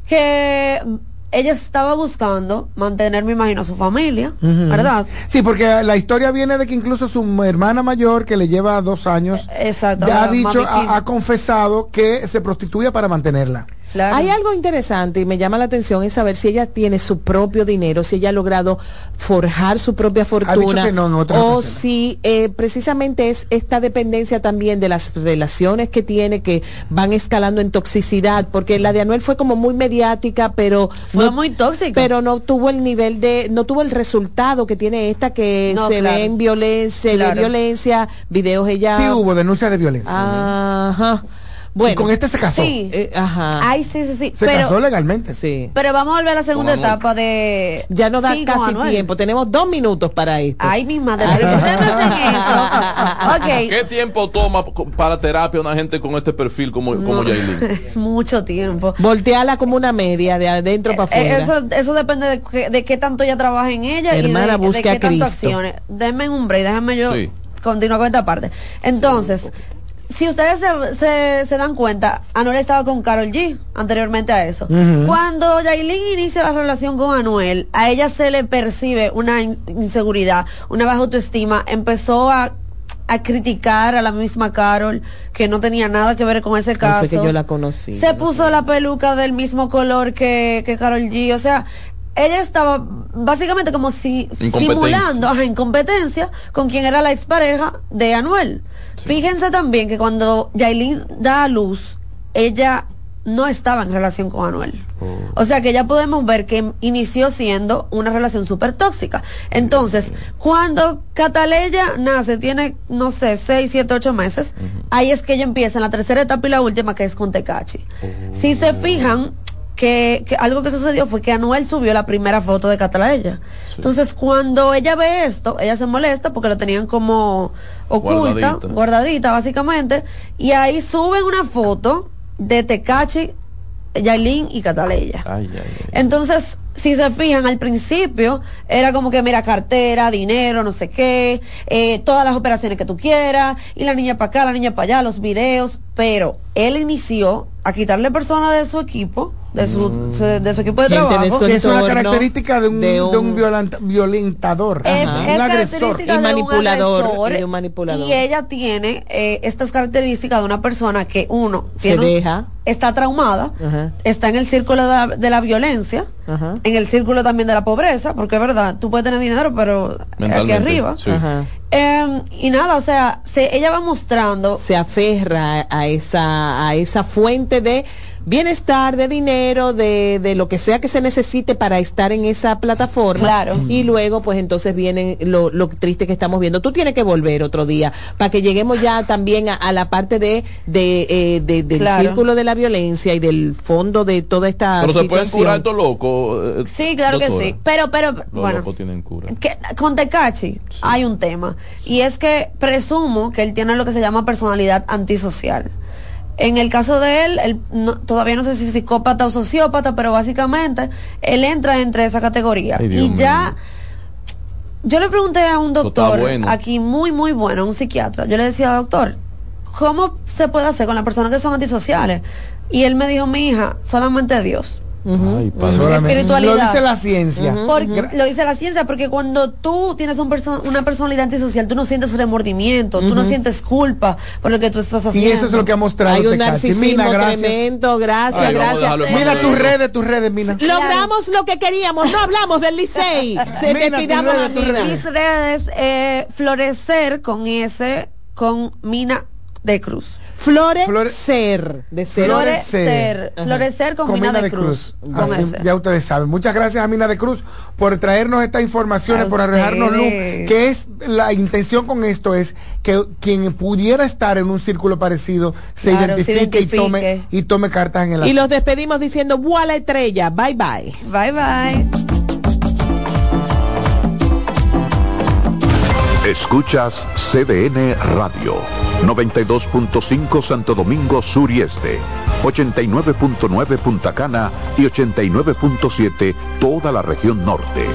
que ella estaba buscando mantener, me imagino, a su familia, Ujú. ¿verdad? Sí, porque la historia viene de que incluso su hermana mayor, que le lleva dos años, Exacto. ya ha Mami dicho, Kim. ha, ha confesado que se prostituye para mantenerla. Claro. Hay algo interesante y me llama la atención es saber si ella tiene su propio dinero, si ella ha logrado forjar su propia fortuna que no en otras o ocasiones. si eh, precisamente es esta dependencia también de las relaciones que tiene que van escalando en toxicidad, porque la de Anuel fue como muy mediática, pero Fue no, muy tóxica. pero no tuvo el nivel de, no tuvo el resultado que tiene esta que No, se claro. ve en violencia, se ve Claro. violencia, videos ella. Sí hubo denuncias de violencia. Ajá. Bueno. Y con este se casó. Sí. Eh, ajá. Ay, sí, sí, sí. Se pero, casó legalmente. Sí. pero vamos a volver a la segunda Con Anuel. etapa de... Ya no da Sí, con casi Anuel. tiempo. Tenemos dos minutos para esto. Ay, mi madre, pero ustedes me hacen eso. Ok. ¿Qué tiempo toma co- para terapia una gente con este perfil como, como No, Yailin? es mucho tiempo. Volteala como una media, de adentro para Eh, afuera. eso, eso depende de, qué- de qué tanto ella trabaja en ella Hermana, y de, de busque qué a tanto Cristo. accione. Denme un break, déjame yo Sí. continuar con esta parte. Entonces, si ustedes se, se, se dan cuenta, Anuel estaba con Karol G anteriormente a eso. Ujú. Cuando Yailin inicia la relación con Anuel, a ella se le percibe una in- inseguridad, una baja autoestima, empezó a a criticar a la misma Karol, que no tenía nada que ver con ese Ahí caso. fue que yo la conocí. Se puso la peluca del mismo color que, que Karol G, o sea, ella estaba básicamente como si Incompetencia. simulando ajá, incompetencia con quien era la expareja de Anuel. Fíjense también que cuando Yailin da a luz, ella no estaba en relación con Anuel. O sea que ya podemos ver que inició siendo una relación súper tóxica. Entonces, cuando Cataleya nace, tiene, no sé, seis, siete, ocho meses, ahí es que ella empieza en la tercera etapa y la última, que es con Tecachi. Si se fijan, que, que algo que sucedió fue que Anuel subió la primera foto de Cataleya. Entonces, cuando ella ve esto, ella se molesta porque lo tenían como oculta, Guardadita. guardadita, básicamente, y ahí suben una foto de Tecachi, Yailin y Cataleya. Ay, ay, ay. Entonces, si se fijan, al principio era como que mira, cartera, dinero, no sé qué, eh, todas las operaciones que tú quieras, y la niña para acá, la niña para allá, los videos. pero él inició a quitarle personas de su equipo, de su, mm. de su equipo de Gente trabajo. De que es una característica de un, de un, de un violenta, violentador, es, un es agresor. Y manipulador, un agresor, y un manipulador. Y ella tiene eh, estas características de una persona que uno se tiene deja. Un, está traumada, uh-huh. está en el círculo de la, de la violencia, uh-huh. en el círculo también de la pobreza, porque es verdad, tú puedes tener dinero, pero aquí arriba. Sí. Uh-huh. Eh, y nada, o sea, se, ella va mostrando. Se aferra a esa, a esa fuente de bienestar, de dinero, de, de lo que sea que se necesite para estar en esa plataforma. Claro. Y luego, pues entonces viene lo, lo triste que estamos viendo. Tú tienes que volver otro día para que lleguemos ya también a, a la parte de, de, eh, de del claro. círculo de la violencia y del fondo de toda esta pero situación. Se pueden curar estos locos. Eh, sí, claro doctora. Que sí. Pero, pero, Los bueno. locos tienen cura. Que, con Tekashi sí. hay un tema. Y es que presumo que él tiene lo que se llama personalidad antisocial. En el caso de él, él no, todavía no sé si es psicópata o sociópata, pero básicamente él entra entre esa categoría. Ay, y ya, mío. Yo le pregunté a un doctor bueno. aquí muy, muy bueno, un psiquiatra. Yo le decía, doctor, ¿cómo se puede hacer con las personas que son antisociales? Y él me dijo, mi hija, solamente Dios. Uh-huh. Ay, uh-huh. Espiritualidad. Lo dice la ciencia. Uh-huh. Por, uh-huh. Lo dice la ciencia porque cuando tú tienes un perso- una personalidad antisocial, tú no sientes remordimiento, uh-huh. tú no sientes culpa por lo que tú estás haciendo. Y eso es lo que ha mostrado. Hay un narcisismo Mina, gracias. tremendo, gracias, Ay, gracias. Mira tus redes, tus redes, Mina. Logramos lo que queríamos, no hablamos del Licey. Se te pidamos a Mina. Mis redes, eh, florecer con S, con Mina de Cruz. Florecer, de ser. Florecer, florecer con, con Mina, Mina de Cruz. Cruz. Con Así, ya ustedes saben. Muchas gracias a Mina de Cruz por traernos estas informaciones, a por arrojarnos luz. Que es la intención con esto es que quien pudiera estar en un círculo parecido se, claro, identifique, se identifique y tome y tome cartas en el asunto. Y los despedimos diciendo ¡Buala estrella! Bye bye. Bye bye. Escuchas C D N Radio, noventa y dos punto cinco Santo Domingo Sur y Este, ochenta y nueve punto nueve Punta Cana y ochenta y nueve punto siete toda la región norte.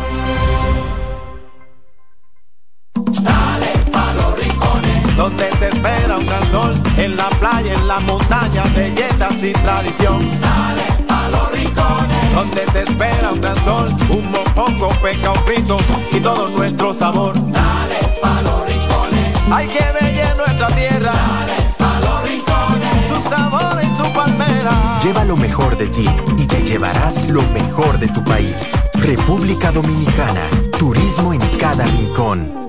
Dale pa' los rincones, donde te espera un gran sol, en la playa, en la montaña, belletas y tradición. Dale pa' los rincones, donde te espera un gran sol, un mopongo, peca, un frito y todo nuestro sabor. Dale pa' los rincones, hay que bella nuestra tierra. Dale pa' los rincones, su sabor y su palmera. Lleva lo mejor de ti y te llevarás lo mejor de tu país. República Dominicana, turismo en cada rincón.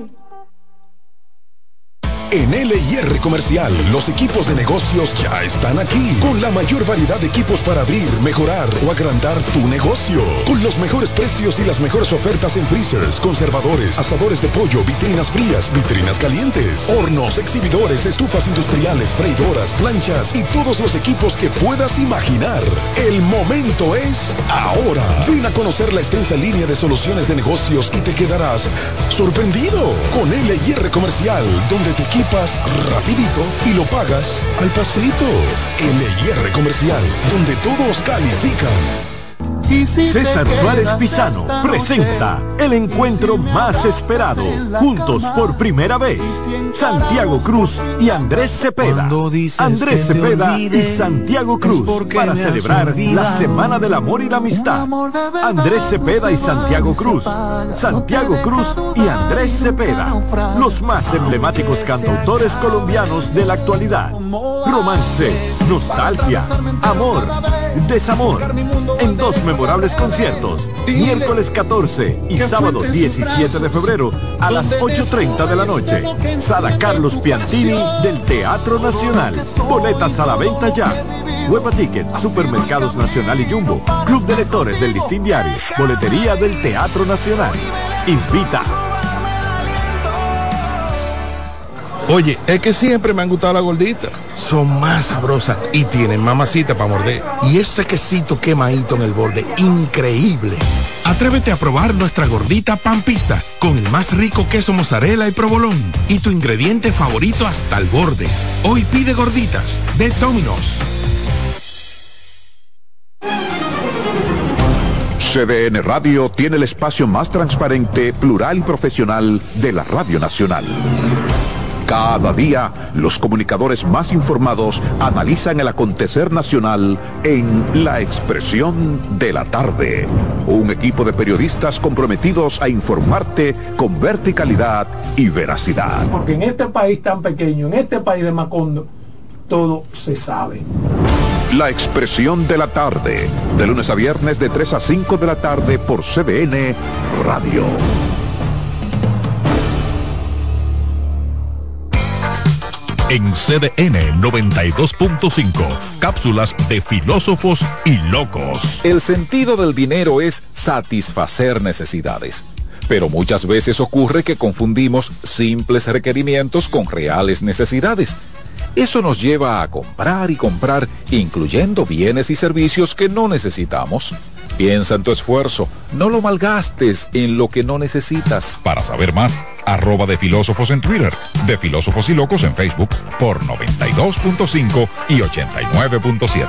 En L y R Comercial, los equipos de negocios ya están aquí, con la mayor variedad de equipos para abrir, mejorar o agrandar tu negocio, con los mejores precios y las mejores ofertas en freezers, conservadores, asadores de pollo, vitrinas frías, vitrinas calientes, hornos, exhibidores, estufas industriales, freidoras, planchas y todos los equipos que puedas imaginar. El momento es ahora. Ven a conocer la extensa línea de soluciones de negocios y te quedarás sorprendido con L y R Comercial, donde te equipas rapidito y lo pagas al pasito. L y R Comercial, donde todos califican. César Suárez Pisano presenta el encuentro más esperado, juntos por primera vez, Santiago Cruz y Andrés Cepeda. Andrés Cepeda y Santiago Cruz para celebrar la Semana del Amor y la Amistad. Andrés Cepeda y Santiago Cruz. Santiago Cruz y Andrés Cepeda, los más emblemáticos cantautores colombianos de la actualidad. Romance, nostalgia, amor, desamor, en dos memorables conciertos, miércoles catorce y sábado diecisiete de febrero a las ocho y media de la noche. Sala Carlos Piantini del Teatro Nacional. Boletas a la venta ya. Hueva Ticket, Supermercados Nacional y Jumbo, Club de Lectores del Listín Diario, Boletería del Teatro Nacional. Invita. Oye, es que siempre me han gustado las gorditas. Son más sabrosas y tienen mamacita para morder. Y ese quesito quemadito en el borde, increíble. Atrévete a probar nuestra gordita pan pizza con el más rico queso mozzarella y provolón y tu ingrediente favorito hasta el borde. Hoy pide gorditas de Domino's. C D N Radio tiene el espacio más transparente, plural y profesional de la Radio Nacional. Cada día, los comunicadores más informados analizan el acontecer nacional en La Expresión de la Tarde. Un equipo de periodistas comprometidos a informarte con verticalidad y veracidad. Porque en este país tan pequeño, en este país de Macondo, todo se sabe. La Expresión de la Tarde, de lunes a viernes de tres a cinco de la tarde por C D N Radio. En C D N noventa y dos punto cinco, cápsulas de filósofos y locos. El sentido del dinero es satisfacer necesidades, pero muchas veces ocurre que confundimos simples requerimientos con reales necesidades. Eso nos lleva a comprar y comprar, incluyendo bienes y servicios que no necesitamos. Piensa en tu esfuerzo, no lo malgastes en lo que no necesitas. Para saber más, arroba de filósofos en Twitter, de filósofos y locos en Facebook, por noventa y dos punto cinco y ochenta y nueve punto siete.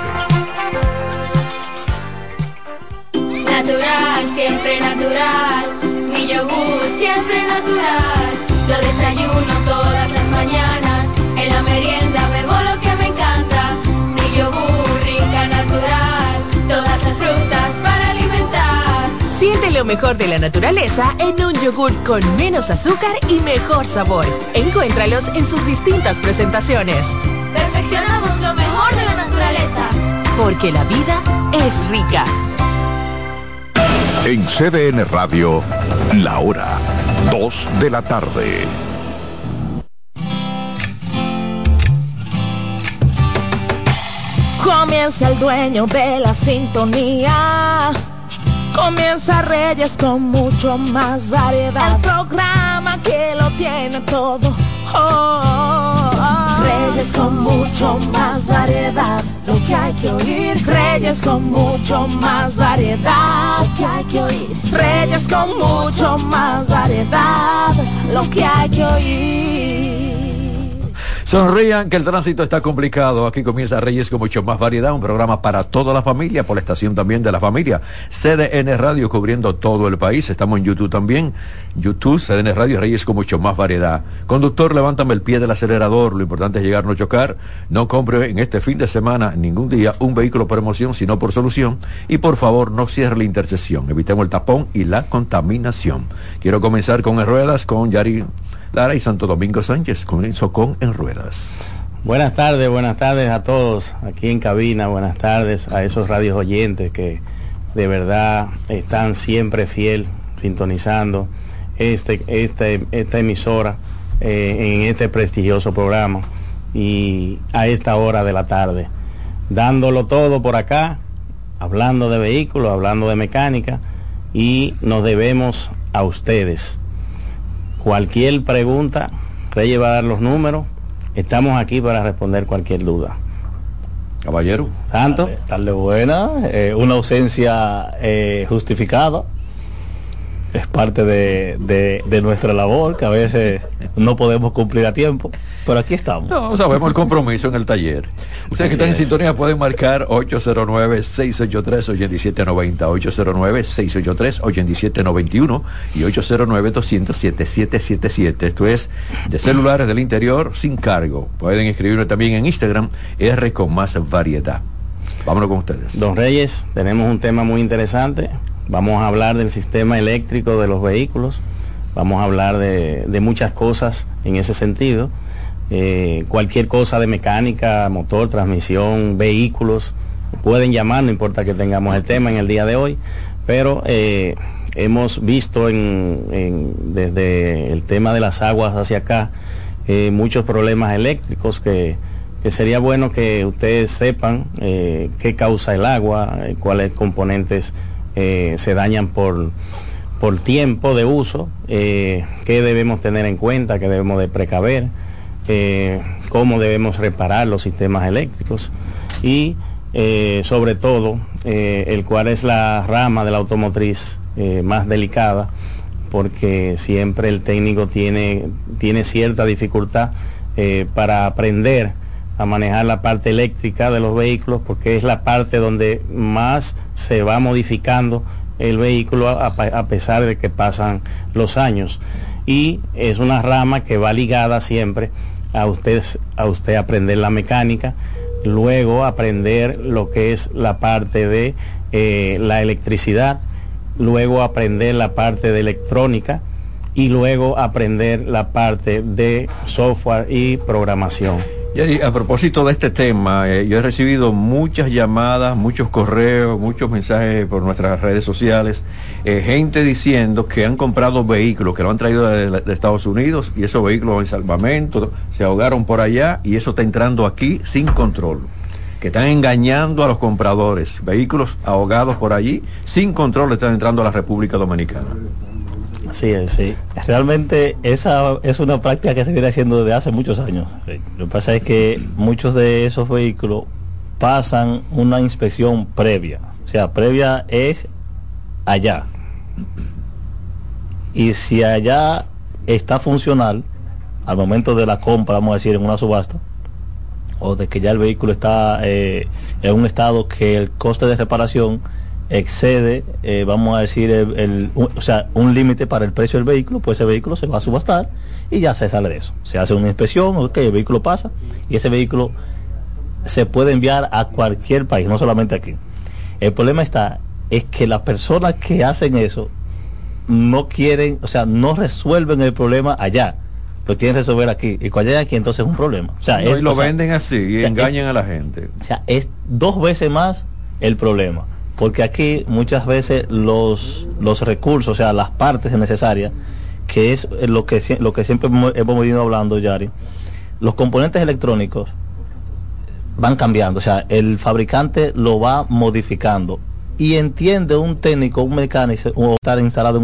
Natural, siempre natural, mi yogur siempre natural. Lo desayuno todas las mañanas, en la merienda bebo lo que me encanta. Mi yogur rica natural, todas las frutas para alimentar. Siente lo mejor de la naturaleza en un yogur con menos azúcar y mejor sabor. Encuéntralos en sus distintas presentaciones. Perfeccionamos lo mejor de la naturaleza. Porque la vida es rica. En C D N Radio, la hora, dos de la tarde. Comienza el dueño de la sintonía. Comienza Reyes con mucho más variedad. El programa que lo tiene todo. Oh, oh, oh. Reyes con mucho más variedad. Lo que hay que oír. Reyes con mucho más variedad. Lo que hay que oír. Reyes con mucho más variedad. Lo que hay que oír. Sonrían que el tránsito está complicado. Aquí comienza Reyes con mucho más variedad, un programa para toda la familia, por la estación también de la familia. C D N Radio cubriendo todo el país. Estamos en YouTube también. YouTube, C D N Radio, Reyes con mucho más variedad. Conductor, levántame el pie del acelerador. Lo importante es llegar, no chocar. No compre en este fin de semana, ningún día, un vehículo por emoción, sino por solución. Y por favor, no cierre la intersección. Evitemos el tapón y la contaminación. Quiero comenzar con En Ruedas, con Yari Lara y Santo Domingo Sánchez. Comienzo con En Ruedas. Buenas tardes, buenas tardes a todos aquí en cabina, buenas tardes a esos radios oyentes que de verdad están siempre fiel, sintonizando este, este, esta emisora eh, en este prestigioso programa y a esta hora de la tarde, dándolo todo por acá, hablando de vehículos, hablando de mecánica, y nos debemos a ustedes. Cualquier pregunta, Reyes va a dar los números. Estamos aquí para responder cualquier duda. Caballero. Santo. Tarde, tarde buena, eh, una ausencia eh, justificada. Es parte de, de, de nuestra labor, que a veces no podemos cumplir a tiempo, pero aquí estamos. No, sabemos el compromiso en el taller. Ustedes que están en sintonía pueden marcar ocho cero nueve, seis ocho tres, ocho siete nueve cero, ocho cero nueve, seis ocho tres, ocho siete nueve uno y ocho cero nueve, dos cero cero, siete siete siete siete. Esto es de celulares del interior sin cargo. Pueden escribirlo también en Instagram, R con más variedad. Vámonos con ustedes. Don Reyes, tenemos un tema muy interesante. Vamos a hablar del sistema eléctrico de los vehículos, vamos a hablar de, de muchas cosas en ese sentido, eh, cualquier cosa de mecánica, motor, transmisión, vehículos, pueden llamar, no importa que tengamos el tema en el día de hoy, pero eh, hemos visto en, en, desde el tema de las aguas hacia acá eh, muchos problemas eléctricos que, que sería bueno que ustedes sepan eh, qué causa el agua, eh, cuáles componentes Eh, se dañan por, por tiempo de uso, eh, qué debemos tener en cuenta, qué debemos de precaver, eh, cómo debemos reparar los sistemas eléctricos y eh, sobre todo eh, el cuál es la rama de la automotriz eh, más delicada, porque siempre el técnico tiene, tiene cierta dificultad eh, para aprender a manejar la parte eléctrica de los vehículos, porque es la parte donde más se va modificando el vehículo a, a pesar de que pasan los años. y es una rama que va ligada siempre a usted, a usted aprender la mecánica, luego aprender lo que es la parte de eh, la electricidad, luego aprender la parte de electrónica y luego aprender la parte de software y programación. Y a propósito de este tema, eh, yo he recibido muchas llamadas, muchos correos, muchos mensajes por nuestras redes sociales, eh, gente diciendo que han comprado vehículos, que lo han traído de, de Estados Unidos, y esos vehículos en salvamento, se ahogaron por allá, y eso está entrando aquí sin control. Que están engañando a los compradores, vehículos ahogados por allí, sin control están entrando a la República Dominicana. Así es, sí. Realmente esa es una práctica que se viene haciendo desde hace muchos años. Lo que pasa es que muchos de esos vehículos pasan una inspección previa. O sea, previa es allá. Y si allá está funcional, al momento de la compra, vamos a decir, en una subasta, o de que ya el vehículo está eh, en un estado que el coste de reparación excede, eh, vamos a decir, el, el, un, o sea, un límite para el precio del vehículo, pues ese vehículo se va a subastar y ya se sale de eso. Se hace una inspección, ok, el vehículo pasa y ese vehículo se puede enviar a cualquier país, no solamente aquí. El problema está, es que las personas que hacen eso no quieren, o sea, no resuelven el problema allá, lo quieren resolver aquí, y cuando llegan aquí entonces es un problema. O sea, no, es, y lo o sea, venden así y o sea, engañan es, a la gente. O sea, es dos veces más el problema. Porque aquí muchas veces los los recursos, o sea, las partes necesarias, que es lo que lo que siempre hemos venido hablando, Yari, los componentes electrónicos van cambiando, o sea, el fabricante lo va modificando y entiende un técnico, un mecánico, o estar instalado en